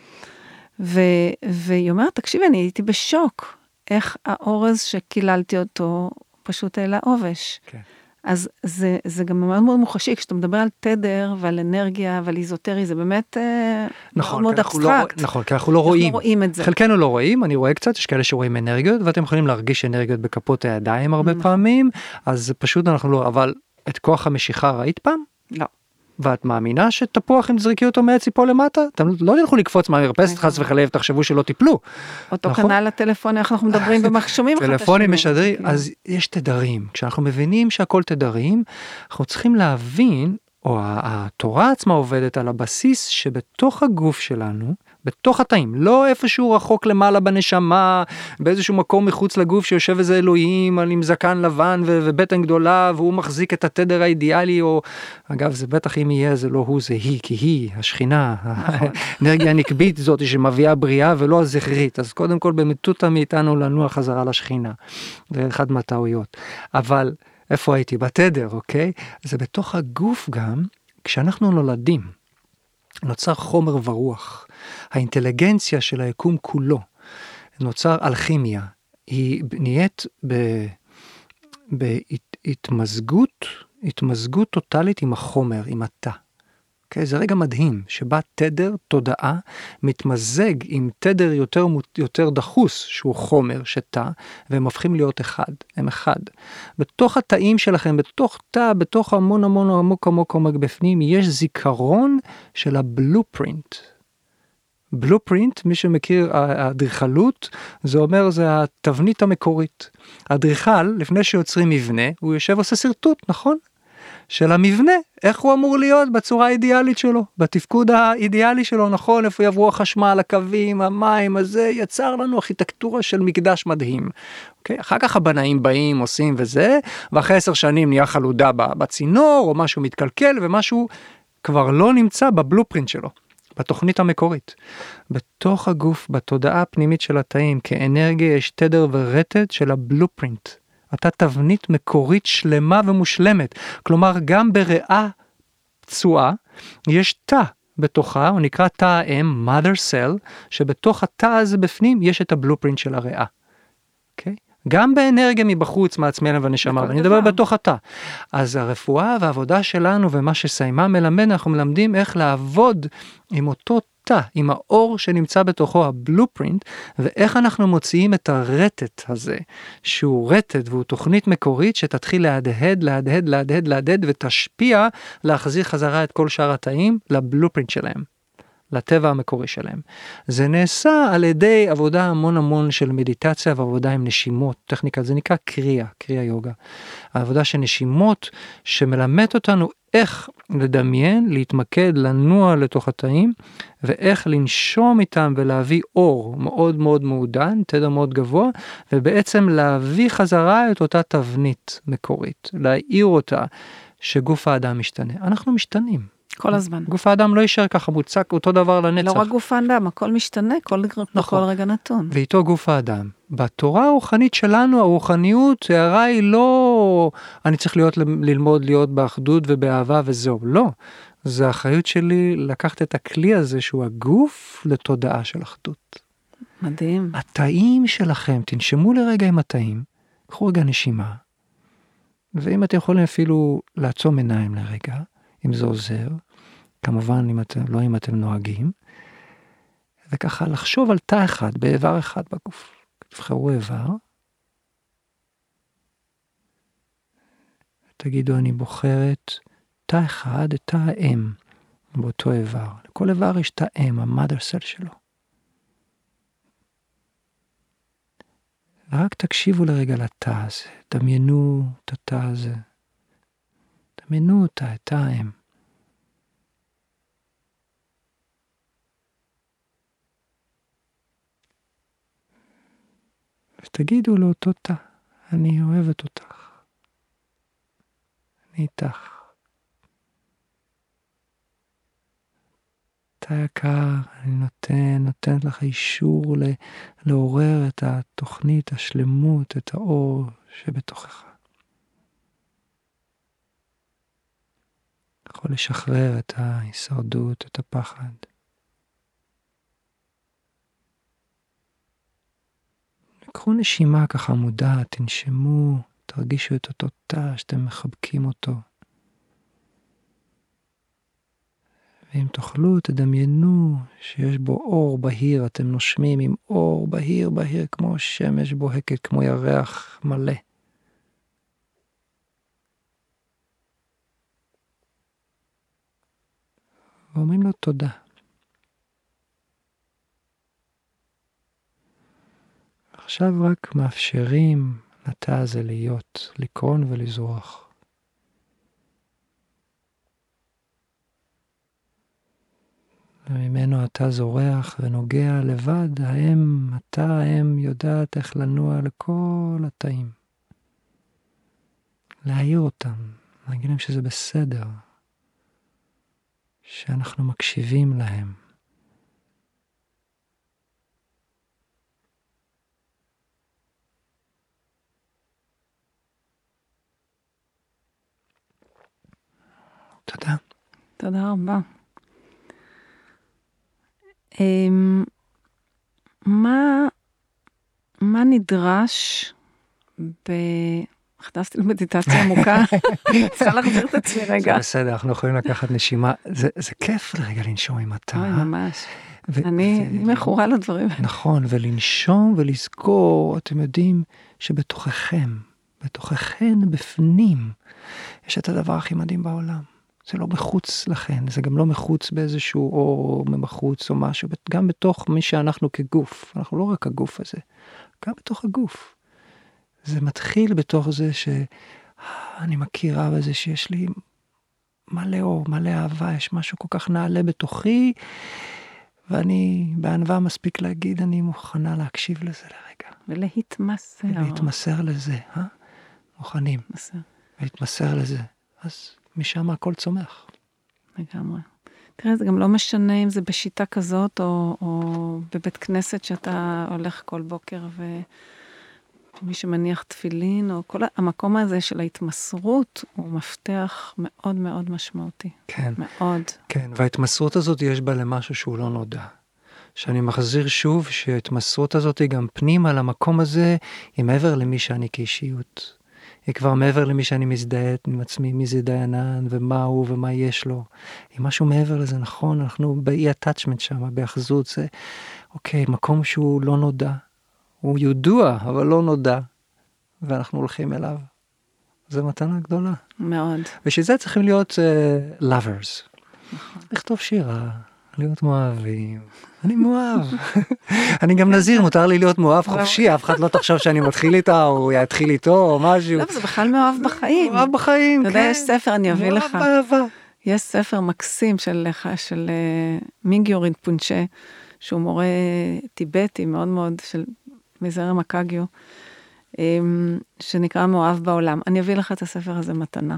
והיא אומרת, תקשיבי, אני הייתי בשוק, איך האורז שקיללתי אותו פשוט העלה עובש. אז זה גם מאוד מאוד מוחשי, כשאתה מדבר על תדר ועל אנרגיה ועל איזוטרי, זה באמת מאוד מאוד אבסטרקט. נכון, כי אנחנו לא רואים. אנחנו לא רואים את זה. חלקנו לא רואים, אני רואה קצת, יש כאלה שרואים אנרגיות, ואתם יכולים להרגיש אנרגיות בכפות הידיים הרבה פעמים, אז פשוט אנחנו לא, אבל את כוח המשיכה ראית פעם? לא. ואת מאמינה שתפוח אם תזרקי אותו מעץ ייפול למטה? אתם לא תלכו לקפוץ מהמרפסת חס וחלילה, תחשבו שלא תיפלו. אותו כנ"ל הטלפון, איך אנחנו מדברים במחשומים. טלפונים משדרים, אז יש תדרים. כשאנחנו מבינים שהכל תדרים, אנחנו צריכים להבין, או התורה עצמה עובדת על הבסיס שבתוך הגוף שלנו, בתוך התאים, לא איפשהו רחוק למעלה בנשמה, באיזשהו מקום מחוץ לגוף שיושב איזה אלוהים, עם זקן לבן ובטן גדולה, והוא מחזיק את התדר האידיאלי, או, אגב, זה בטח אם יהיה, זה לא הוא, זה היא, כי היא, השכינה, האנרגיה הנקבית זאת שמביאה בריאה ולא הזכרית, אז קודם כל במטותא מאיתנו לנוע חזרה לשכינה, זה אחד מהטעויות, אבל איפה הייתי? בתדר, אוקיי? זה בתוך הגוף גם, כשאנחנו נולדים, נוצר חומר ורוח. האינטליגנציה של היקום כולו, נוצר אלכימיה. היא נהיית בהתמזגות טוטלית עם החומר, עם התא. Okay, זה רגע מדהים, שבה תדר, תודעה, מתמזג עם תדר יותר דחוס, שהוא חומר, שתא, והם הופכים להיות אחד, הם אחד. בתוך התאים שלכם, בתוך תא, בתוך המון עמוק בפנים, יש זיכרון של הבלופרינט. בלופרינט, מי שמכיר האדריכלות, זה אומר, זה התבנית המקורית. האדריכל, לפני שיוצרים מבנה, הוא יושב ועושה סרטוט, נכון? של המבנה, איך הוא אמור להיות בצורה האידיאלית שלו, בתפקוד האידיאלי שלו, נכון, איפה יעברו החשמל, הקווים, המים, הזה יצר לנו ארכיטקטורה של מקדש מדהים. אוקיי? אחר כך הבנאים באים, עושים וזה, ואחרי 10 שנים נהיה חלודה בצינור, או משהו מתקלקל, ומשהו כבר לא נמצא בבלופרינט שלו, בתוכנית המקורית. בתוך הגוף, בתודעה הפנימית של התאים, כאנרגיה יש תדר ורטט של הבלופרינט. אתה תבנית מקורית שלמה ומושלמת. כלומר, גם בריאה פצועה, יש תא בתוכה, הוא נקרא תא האם, mother cell, שבתוך התא הזה בפנים יש את הבלופרינט של הריאה. אוקיי? גם באנרגיה מבחוץ, מעצמנו ונשמה, ואני מדבר בתוך התא. אז הרפואה והעבודה שלנו, ומה שסיימה מלמד, אנחנו מלמדים איך לעבוד עם אותו תא, עם האור שנמצא בתוכו, הבלופרינט, ואיך אנחנו מוציאים את הרטט הזה, שהוא רטט והוא תוכנית מקורית שתתחיל להדהד, ותשפיע להחזיר חזרה את כל שאר התאים לבלופרינט שלהם, לטבע המקורי שלהם. זה נעשה על ידי עבודה המון של מדיטציה ועבודה עם נשימות, טכניקה, זה נקרא קריאה יוגה. העבודה של נשימות שמלמד אותנו איך לדמיין, להתמקד, לנוע לתוך התאים, ואיך לנשום איתם ולהביא אור מאוד מעודן, תדר מאוד גבוה, ובעצם להביא חזרה את אותה תבנית מקורית, להעיר אותה שגוף האדם משתנה. אנחנו משתנים. כל הזמן. גוף האדם לא יישאר ככה מוצק, אותו דבר לנצח. לא רק גוף האדם, הכל משתנה, בכל רגע נתון. ואיתו גוף האדם. בתורה הרוחנית שלנו, הרוחניות, הערה היא לא, אני צריך ללמוד להיות באחדות ובאהבה וזהו. לא. זה האחריות שלי לקחת את הכלי הזה, שהוא הגוף לתודעה של אחדות. מדהים. התאים שלכם, תנשמו לרגע עם התאים, קחו רגע נשימה, ואם אתם יכולים אפילו לעצום עיניים לרגע, אם זה עוזר, כמובן אם אתם נוהגים, וככה לחשוב על תא אחד, באיבר אחד בגוף. תבחרו איבר, תגידו אני בוחרת תא אחד, את תא האם, באותו איבר. לכל איבר יש תא אם, המאדר סל שלו. ורק תקשיבו לרגע לתא הזה, דמיינו את התא הזה. דמיינו אותה, את תא האם. ותגידו לאותו תא, אני אוהבת אותך. אני איתך. תא יקר, אני נותנת לך אישור לעורר את התוכנית, השלמות, את האור שבתוכך. יכול לשחרר את ההישרדות, את הפחד. קחו נשימה ככה מודעת, תנשמו, תרגישו את אותו תא שאתם מחבקים אותו. ואם תוכלו, תדמיינו שיש בו אור בהיר, אתם נושמים עם אור בהיר כמו שמש בוהקת, כמו ירח מלא. ואומרים לו תודה. עכשיו רק מאפשרים לתא הזה להיות, לקרון ולזרוח. וממנו התא זורח ונוגע לבד, התא האם יודעת איך לנוע לכל התאים. להעיר אותם, להגיד להם שזה בסדר, שאנחנו מקשיבים להם. תודה. תודה רבה. מה נדרש נכנסתי למדיטציה עמוקה, צריכה להחזיר את עצמי רגע. זה בסדר, אנחנו יכולים לקחת נשימה, זה כיף לרגע לנשום עם אתה. אוי, ממש. אני מכורה לדברים. נכון, ולנשום ולזכור, אתם יודעים שבתוככם, בפנים, יש את הדבר הכי מדהים בעולם. זה לא בחוץ לכן, זה גם לא מחוץ באיזשהו או מבחוץ או משהו, גם בתוך מי שאנחנו כגוף, אנחנו לא רק הגוף הזה, גם בתוך הגוף. זה מתחיל בתוך זה שאני מכירה בזה שיש לי מלא אור, מלא אהבה, יש משהו כל כך נעלה בתוכי, ואני בענווה מספיק להגיד, אני מוכנה להקשיב לזה לרגע. ולהתמסר לזה, מוכנים. ולהתמסר לזה. אז משם הכל צומח. לגמרי. תראה, זה גם לא משנה אם זה בשיטה כזאת, או בבית כנסת שאתה הולך כל בוקר, ומי שמניח תפילין, או כל המקום הזה של ההתמסרות, הוא מפתח מאוד מאוד משמעותי. כן. מאוד. כן, וההתמסרות הזאת יש בה למשהו שהוא לא נודע. שאני מחזיר שוב שההתמסרות הזאת היא גם פנימה למקום הזה, היא מעבר למי שאני כאישיות. היא כבר מעבר למי שאני מזדהה עם עצמי, מי זה דיינן, ומה הוא ומה יש לו. היא משהו מעבר לזה, נכון? אנחנו באי-attachment שם, באחזות, זה, אוקיי, מקום שהוא לא נודע. הוא ידוע, אבל לא נודע. ואנחנו הולכים אליו. זו מתנה גדולה. מאוד. ושזה צריכים להיות lovers. נכון. לכתוב שירה, להיות מואבים. אני מואב. אני גם נזיר, מותר לי להיות מואב חופשי, אף אחד לא תחשוב שאני מתחיל איתה, או יתחיל איתו, או משהו. לא, זה בכלל מאוהב בחיים. מאוהב בחיים, כן. אתה יודע, יש ספר, אני אביא לך. מאוהב באהבה. יש ספר מקסים של מיגיו רינפונצ'ה, שהוא מורה טיבטי מאוד מאוד, מזרם הקאגיו, שנקרא מאוהב בעולם. אני אביא לך את הספר הזה מתנה.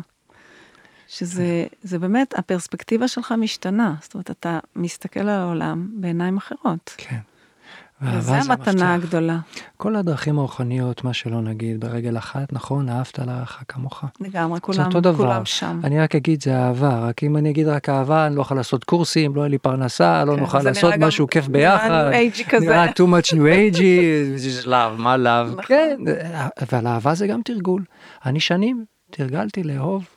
שזה באמת, הפרספקטיבה שלך משתנה. זאת אומרת, אתה מסתכל על העולם בעיניים אחרות. כן. וזה המתנה הגדולה. כל הדרכים הרוחניות, מה שלא נגיד, ברגל אחת, נכון, אהבת לך כמוך. לגמרי, כולם שם. אני רק אגיד, זה אהבה, רק אם אני אגיד רק אהבה, אני לא יכול לעשות קורסים, לא יהיה לי פרנסה, לא נוכל לעשות משהו כיף ביחד. נראה too much new age, מה love? כן, אבל אהבה זה גם תרגול. אני שנים תרגלתי לאהוב.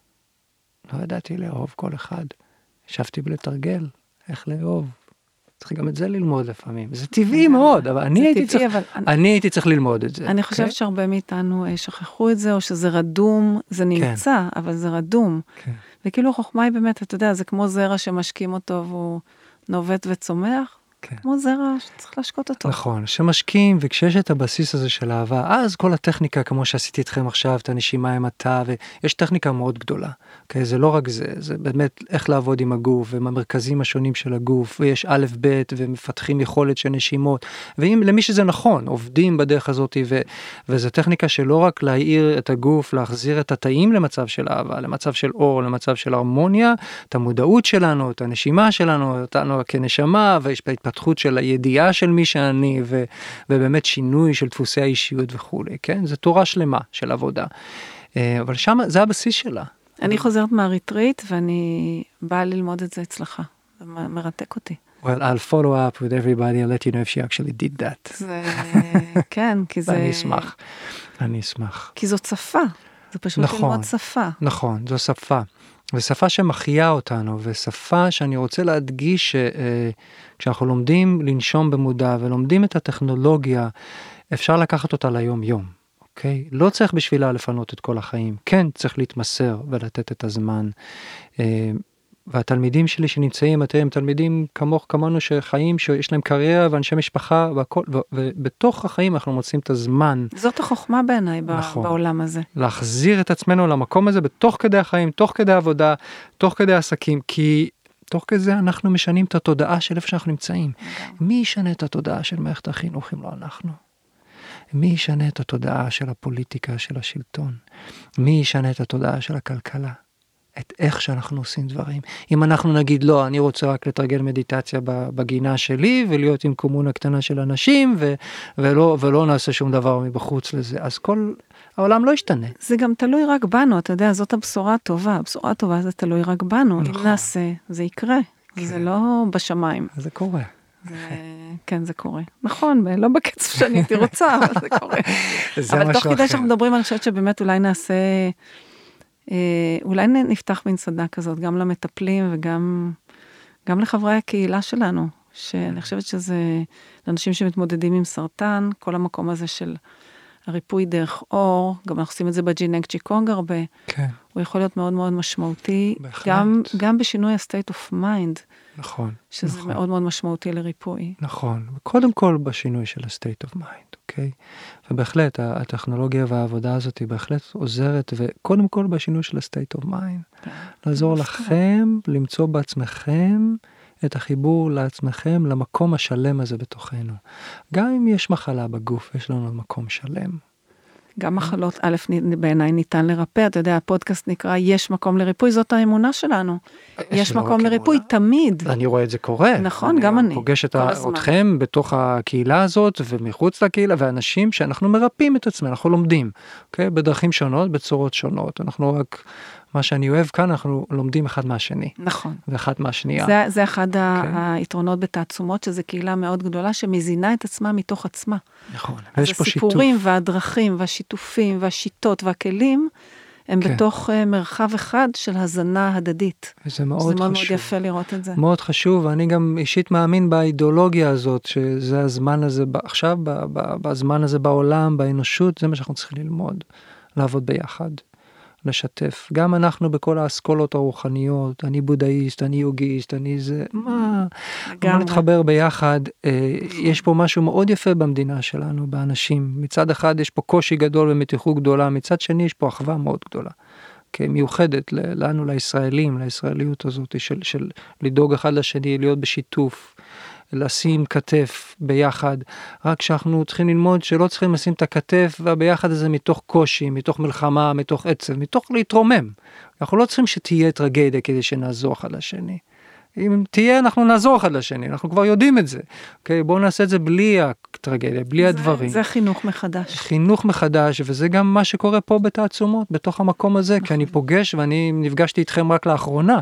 לא ידעתי לאהוב כל אחד. ישבתי בלתרגל, איך לאהוב. צריך גם את זה ללמוד לפעמים. זה טבעי מאוד, אבל אני הייתי צריך ללמוד את זה. אני חושבת שהרבה מאיתנו שכחו את זה, או שזה רדום, זה נמצא, אבל זה רדום. וכאילו החוכמה היא באמת, אתה יודע, זה כמו זרע שמשקים אותו, והוא נובט וצומח, כמו זרע שצריך להשקות אותו. נכון, שמשקים, וכשיש את הבסיס הזה של אהבה, אז כל הטכניקה, כמו שעשיתי אתכם עכשיו, את הנשימה עם התא, ויש טכניקה מאוד גדולה. זה לא רק זה, זה באמת איך לעבוד עם הגוף, ועם המרכזים השונים של הגוף, ויש א' ב' ומפתחים יכולת של נשימות, למי שזה נכון, עובדים בדרך הזאת, וזו טכניקה שלא רק להעיר את הגוף, להחזיר את התאים למצב של אהבה, למצב של אור, למצב של הרמוניה, את המודעות שלנו, את הנשימה שלנו, אותנו כנשמה, ויש התפתחות של הידיעה של מי שאני, ובאמת שינוי של דפוסי האישיות וכו'. כן? זה תורה שלמה של עבודה. אבל שם, זה הבסיס שלה. אני חוזרת מהריטריט, ואני באה ללמוד את זה אצלך. זה מרתק אותי. Well, I'll follow up with everybody and let you know if she actually did that. כן, כי זה... אני אשמח. כי זאת שפה. זה פשוט ללמוד שפה. נכון, זו שפה. ושפה שמחיה אותנו, ושפה שאני רוצה להדגיש כשאנחנו לומדים לנשום במודע, ולומדים את הטכנולוגיה, אפשר לקחת אותה ליום יום, אוקיי? לא צריך בשבילה לפנות את כל החיים, כן צריך להתמסר ולתת את הזמן, והתלמידים שלי שנמצאים, אתם תלמידים כמונו שחיים, שיש להם קריירה ואנשי משפחה, ובתוך החיים אנחנו מוצאים את הזמן. זאת החוכמה בעיניי בעולם הזה. להחזיר את עצמנו למקום הזה, בתוך כדי החיים, תוך כדי עבודה, תוך כדי עסקים, כי תוך כדי אנחנו משנים את התודעה של איפה שאנחנו נמצאים. מי ישנה את התודעה של מערכת החינוך אם לא אנחנו? מי ישנה את התודעה של הפוליטיקה, של השלטון? מי ישנה את התודעה של הכלכלה? את איך שאנחנו עושים דברים. אם אנחנו נגיד, לא, אני רוצה רק לתרגל מדיטציה בגינה שלי, ולהיות עם קומונה קטנה של אנשים, ולא נעשה שום דבר מבחוץ לזה, אז כל העולם לא ישתנה. זה גם תלוי רק בנו, אתה יודע, זאת הבשורה הטובה. הבשורה הטובה זה תלוי רק בנו. אם נעשה, זה יקרה. זה לא בשמיים. זה קורה. כן, זה קורה. נכון, לא בקצב שאני הייתי רוצה, אבל זה קורה. אבל תוך כדי שאנחנו מדברים, אני חושבת שבאמת אולי נעשה, אולי נפתח מין סדנה כזאת, גם למטפלים וגם לחברי הקהילה שלנו, שאני חושבת שזה, לאנשים שמתמודדים עם סרטן, כל המקום הזה של הריפוי דרך אור, גם אנחנו עושים את זה בג'ינק צ'יקונג הרבה, כן. הוא יכול להיות מאוד מאוד משמעותי, גם בשינוי ה-state of mind, נכון. שזה נכון. מאוד מאוד משמעותי לריפוי. נכון, וקודם כל בשינוי של ה-state of mind, אוקיי? ובהחלט, הטכנולוגיה והעבודה הזאת היא בהחלט עוזרת, וקודם כל בשינוי של ה-state of mind. לעזור לכם, למצוא בעצמכם את החיבור לעצמכם, למקום השלם הזה בתוכנו. גם אם יש מחלה בגוף, יש לנו מקום שלם. גם מחלות, א', בעיניי ניתן לרפא, אתה יודע, הפודקאסט נקרא, יש מקום לריפוי, זאת האמונה שלנו. יש מקום לריפוי תמיד. אני רואה את זה קורה. נכון, גם אני. פוגש אתכם בתוך הקהילה הזאת, ומחוץ לקהילה, ואנשים שאנחנו מרפאים את עצמנו, אנחנו לומדים, אוקיי? בדרכים שונות, בצורות שונות. אנחנו רק, מה שאני אוהב כאן, אנחנו לומדים אחד מהשני. נכון. ואחד מהשנייה. זה אחד היתרונות בתעצומות, שזו קהילה מאוד גדולה, שמזינה את עצמה מתוך עצמה. נכון. אז הסיפורים והדרכים והשיתופים והשיטות והכלים, הם בתוך מרחב אחד של הזנה הדדית. זה מאוד חשוב. זה מאוד יפה לראות את זה. מאוד חשוב, ואני גם אישית מאמין באידיאולוגיה הזאת, שזה הזמן הזה, עכשיו, בזמן הזה בעולם, באנושות, זה מה שאנחנו צריכים ללמוד, לעבוד ביחד. לשתף. גם אנחנו בכל האסכולות הרוחניות, אני בודהיסט, אני יוגיסט, אני זה, מה? בוא נתחבר ביחד. יש פה משהו מאוד יפה במדינה שלנו, באנשים. מצד אחד יש פה קושי גדול ומתיחות גדולה, מצד שני יש פה אחווה מאוד גדולה. מיוחדת לנו, לישראלים, לישראליות הזאת, של לדאוג אחד לשני, להיות בשיתוף, לשים כתף ביחד, רק שאנחנו צריכים ללמוד שלא צריכים לשים את הכתף והביחד הזה מתוך קושי, מתוך מלחמה, מתוך עצב, מתוך להתרומם. אנחנו לא צריכים שתהיה טרגדיה כדי שנעזור אחד לשני. אם תהיה, אנחנו נעזור אחד לשני, אנחנו כבר יודעים את זה. אוקיי, בואו נעשה את זה בלי הטרגדיה, בלי הדברים. זה חינוך מחדש. חינוך מחדש, וזה גם מה שקורה פה בתעצומות, בתוך המקום הזה, כי אני פוגש, ואני נפגשתי איתכם רק לאחרונה,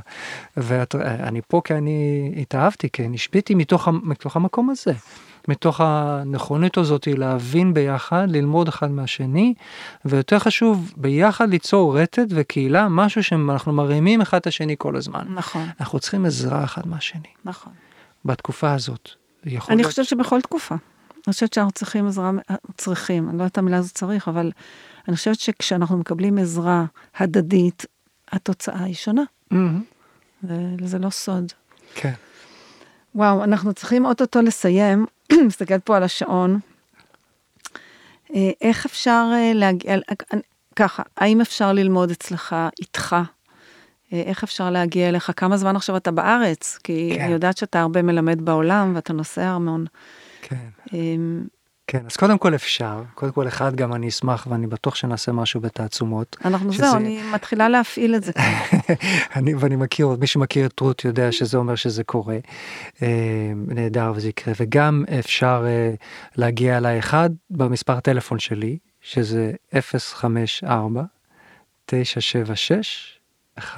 ואני פה כי אני התאהבתי, כי נשפיתי מתוך המקום הזה. מתוך הנכונות הזאת להבין ביחד, ללמוד אחד מהשני, ויותר חשוב, ביחד ליצור רטט וקהילה, משהו שאנחנו מרימים אחד את השני כל הזמן. נכון. אנחנו צריכים עזרה אחד מהשני. נכון. בתקופה הזאת. אני חושבת שבכל תקופה. אני חושבת שאנחנו צריכים עזרה, אני לא יודעת המילה הזאת צריך, אבל אני חושבת שכשאנחנו מקבלים עזרה הדדית, התוצאה היא שונה. וזה לא סוד. כן. וואו, אנחנו צריכים אוטוטו לסיים, מסתכל פה על השעון, איך אפשר להגיע, ככה, האם אפשר ללמוד אצלך, איתך, איך אפשר להגיע אליך, כמה זמן עכשיו אתה בארץ, כי אני יודעת שאתה הרבה מלמד בעולם, ואתה נוסע המון. כן. כן, אז קודם כל אפשר, קודם כל אחד גם אני אשמח ואני בטוח שנעשה משהו בתעצומות. אני מתחילה להפעיל את זה. ואני מכיר, מי שמכיר את רות יודע שזה אומר שזה קורה, נהדר וזה יקרה, וגם אפשר להגיע אליי אחד במספר הטלפון שלי, שזה 054-976-1819,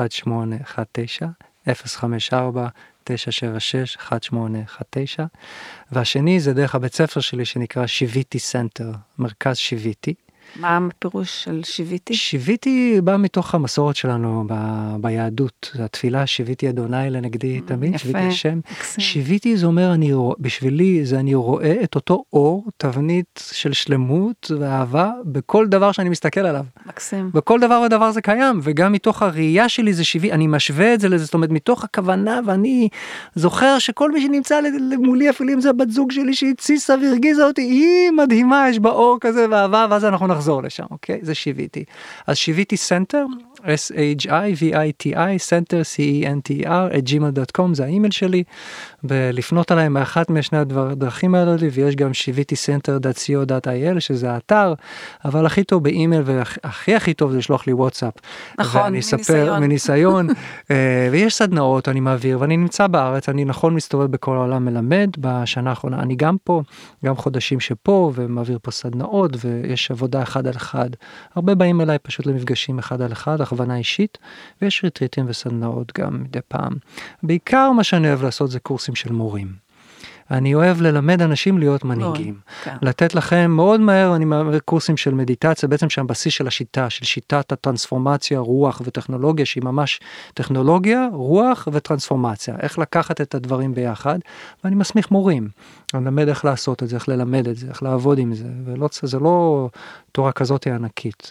054-976-1819, והשני זה דרך הבית ספר שלי שנקרא שיוויתי סנטר, מרכז שיוויתי. מה הפירוש של שיוויתי? שיוויתי בא מתוך המסורת שלנו ביהדות, התפילה שיוויתי אדוני לנגדי תמיד, שיוויתי השם. שיוויתי זה אומר, בשבילי זה אני רואה את אותו אור, תבנית של שלמות ואהבה, בכל דבר שאני מסתכל עליו. מקסים. בכל דבר ודבר זה קיים, וגם מתוך הראייה שלי זה שיוויתי, אני משווה את זה לזה, זאת אומרת, מתוך הכוונה, ואני זוכר שכל מי שנמצא מולי, אפילו אם זה הבת זוג שלי שהציסה והרגיזה אותי, היא מדהימה, יש בה אור כזה ואהבה, ואז אנחנו נחזור לשם, אוקיי? זה שיוויתי. אז שיוויתי סנטר, S-H-I-V-I-T-I, סנטר, C-E-N-T-R, @gmail.com, זה האימייל שלי, ולפנות עליי מאחת משני הדרכים האלה, ויש גם שיוויתי-center.co.il, שזה האתר, אבל הכי טוב באימייל, והכי טוב זה לשלוח לי וואטסאפ. נכון, מניסיון. ויש סדנאות, אני מעביר, ואני נמצא בארץ, אני נכון מסתובב בכל העולם מלמד, בשנה האחרונה אני גם פה, גם חודשים שפה, ומעביר פה סדנאות, ויש עבודה אחד על אחד. הרבה באים אליי פשוט למפגשים אחד על אחד, הכוונה אישית, ויש ריטריטים וסדנאות גם מדי פעם. בעיקר מה שאני אוהב לעשות זה קורסים של מורים. אני אוהב ללמד אנשים להיות מנהיגים. לתת לכם מאוד מהר, אני מעביר קורסים של מדיטציה, בעצם שהבסיס של השיטה, של שיטת הטרנספורמציה, רוח וטכנולוגיה, שהיא ממש טכנולוגיה, רוח וטרנספורמציה. איך לקחת את הדברים ביחד, ואני מסמיך מורים. אני למד איך לעשות את זה, איך ללמד את זה, איך לעבוד עם זה, זה לא תורה כזאת ענקית.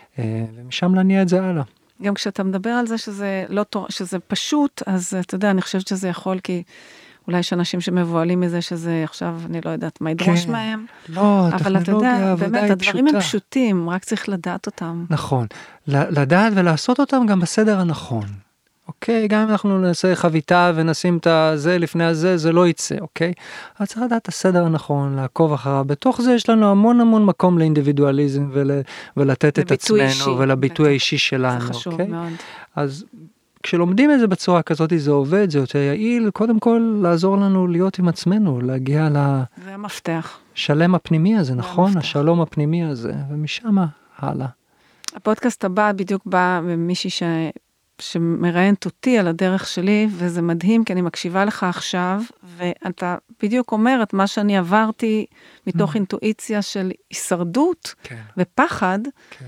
ומשם להניע את זה הלאה. גם כשאתה מדבר על זה שזה פשוט, אז אתה יודע, אני חושבת שזה יכול, כי אולי יש אנשים שמבועלים מזה שזה עכשיו, אני לא יודעת מה ידרוש מהם. לא, אבל אתה יודע, באמת, הדברים הם פשוטים, רק צריך לדעת אותם. נכון. לדעת ולעשות אותם גם בסדר הנכון. אוקיי? גם אם אנחנו נעשה חביתה ונשים את זה לפני הזה, זה לא יצא, אוקיי? אבל צריך לדעת את הסדר הנכון, לעקוב אחריו. בתוך זה יש לנו המון מקום לאינדיבידואליזם ולתת את עצמנו ולביטוי האישי שלנו. זה חשוב מאוד. אז כשלומדים את זה בצורה כזאת, זה עובד, זה יותר יעיל, קודם כל לעזור לנו להיות עם עצמנו, להגיע זה המפתח. שלם הפנימי הזה, נכון? השלום הפנימי הזה, ומשם הלאה. הפודקאסט הבא בדיוק בא ממישהי שמראיינת אותי על הדרך שלי, וזה מדהים, כי אני מקשיבה לך עכשיו, ואתה בדיוק אומר את מה שאני עברתי מתוך אינטואיציה של הישרדות ופחד,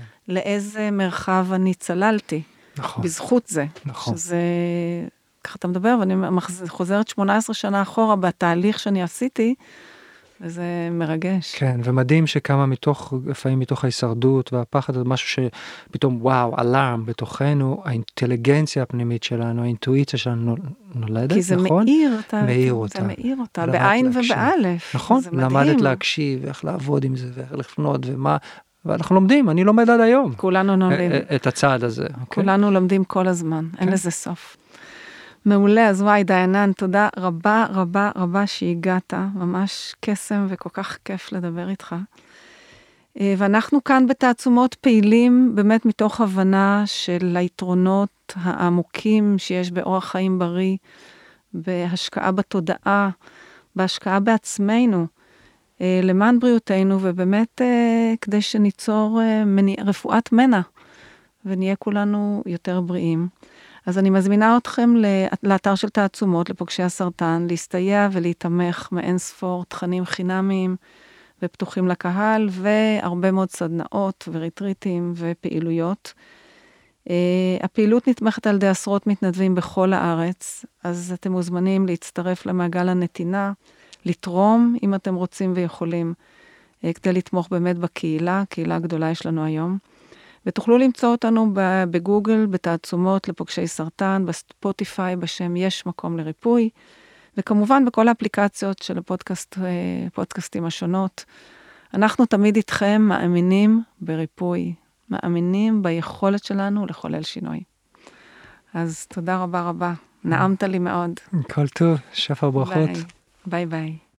לאיזה מרחב אני צללתי. נכון. בזכות זה. נכון. שזה, ככה אתה מדבר, ואני חוזרת 18 שנה אחורה בתהליך שאני עשיתי, וזה מרגש. כן, ומדהים שכמה לפעמים מתוך ההישרדות והפחד, זה משהו שפתאום וואו, אלארם בתוכנו, האינטליגנציה הפנימית שלנו, האינטואיציה שלנו נולדת, כי זה נכון? מאיר אותה. זה מאיר אותה, בעין ובאלף. נכון, למדת להקשיב, איך לעבוד עם זה, ואיך לפנות, ומה, ואנחנו לומדים, אני לומד עד היום. כולנו לומדים. את הצעד הזה. כולנו לומדים כל הזמן, אין לזה סוף. מעולה, אז וואי, דיינן, תודה רבה רבה רבה שהגעת, ממש קסם וכל כך כיף לדבר איתך. ואנחנו כאן בתעצומות פעילים, באמת מתוך הבנה של היתרונות העמוקים שיש באורח חיים בריא, בהשקעה בתודעה, בהשקעה בעצמנו, למען בריאותנו, ובאמת כדי שניצור רפואת מנע, ונהיה כולנו יותר בריאים. אז אני מזמינה אתכם לאתר של תעצומות, לפוגשי הסרטן, להסתייע ולהתמך מאין ספור תכנים חינמיים ופתוחים לקהל, והרבה מאוד סדנאות וריטריטים ופעילויות. הפעילות נתמכת על ידי עשרות מתנדבים בכל הארץ, אז אתם מוזמנים להצטרף למעגל הנתינה, לתרום אם אתם רוצים ויכולים, כדי לתמוך באמת בקהילה, קהילה גדולה יש לנו היום. ותוכלו למצוא אותנו בגוגל, בתעצומות לפוגשי סרטן, בספוטיפיי, בשם יש מקום לריפוי, וכמובן בכל האפליקציות של הפודקאסטים השונות. אנחנו תמיד איתכם מאמינים בריפוי, מאמינים ביכולת שלנו לחולל שינוי. אז תודה רבה רבה, נעמת לי מאוד. כל טוב, שפר ברכות. ביי ביי.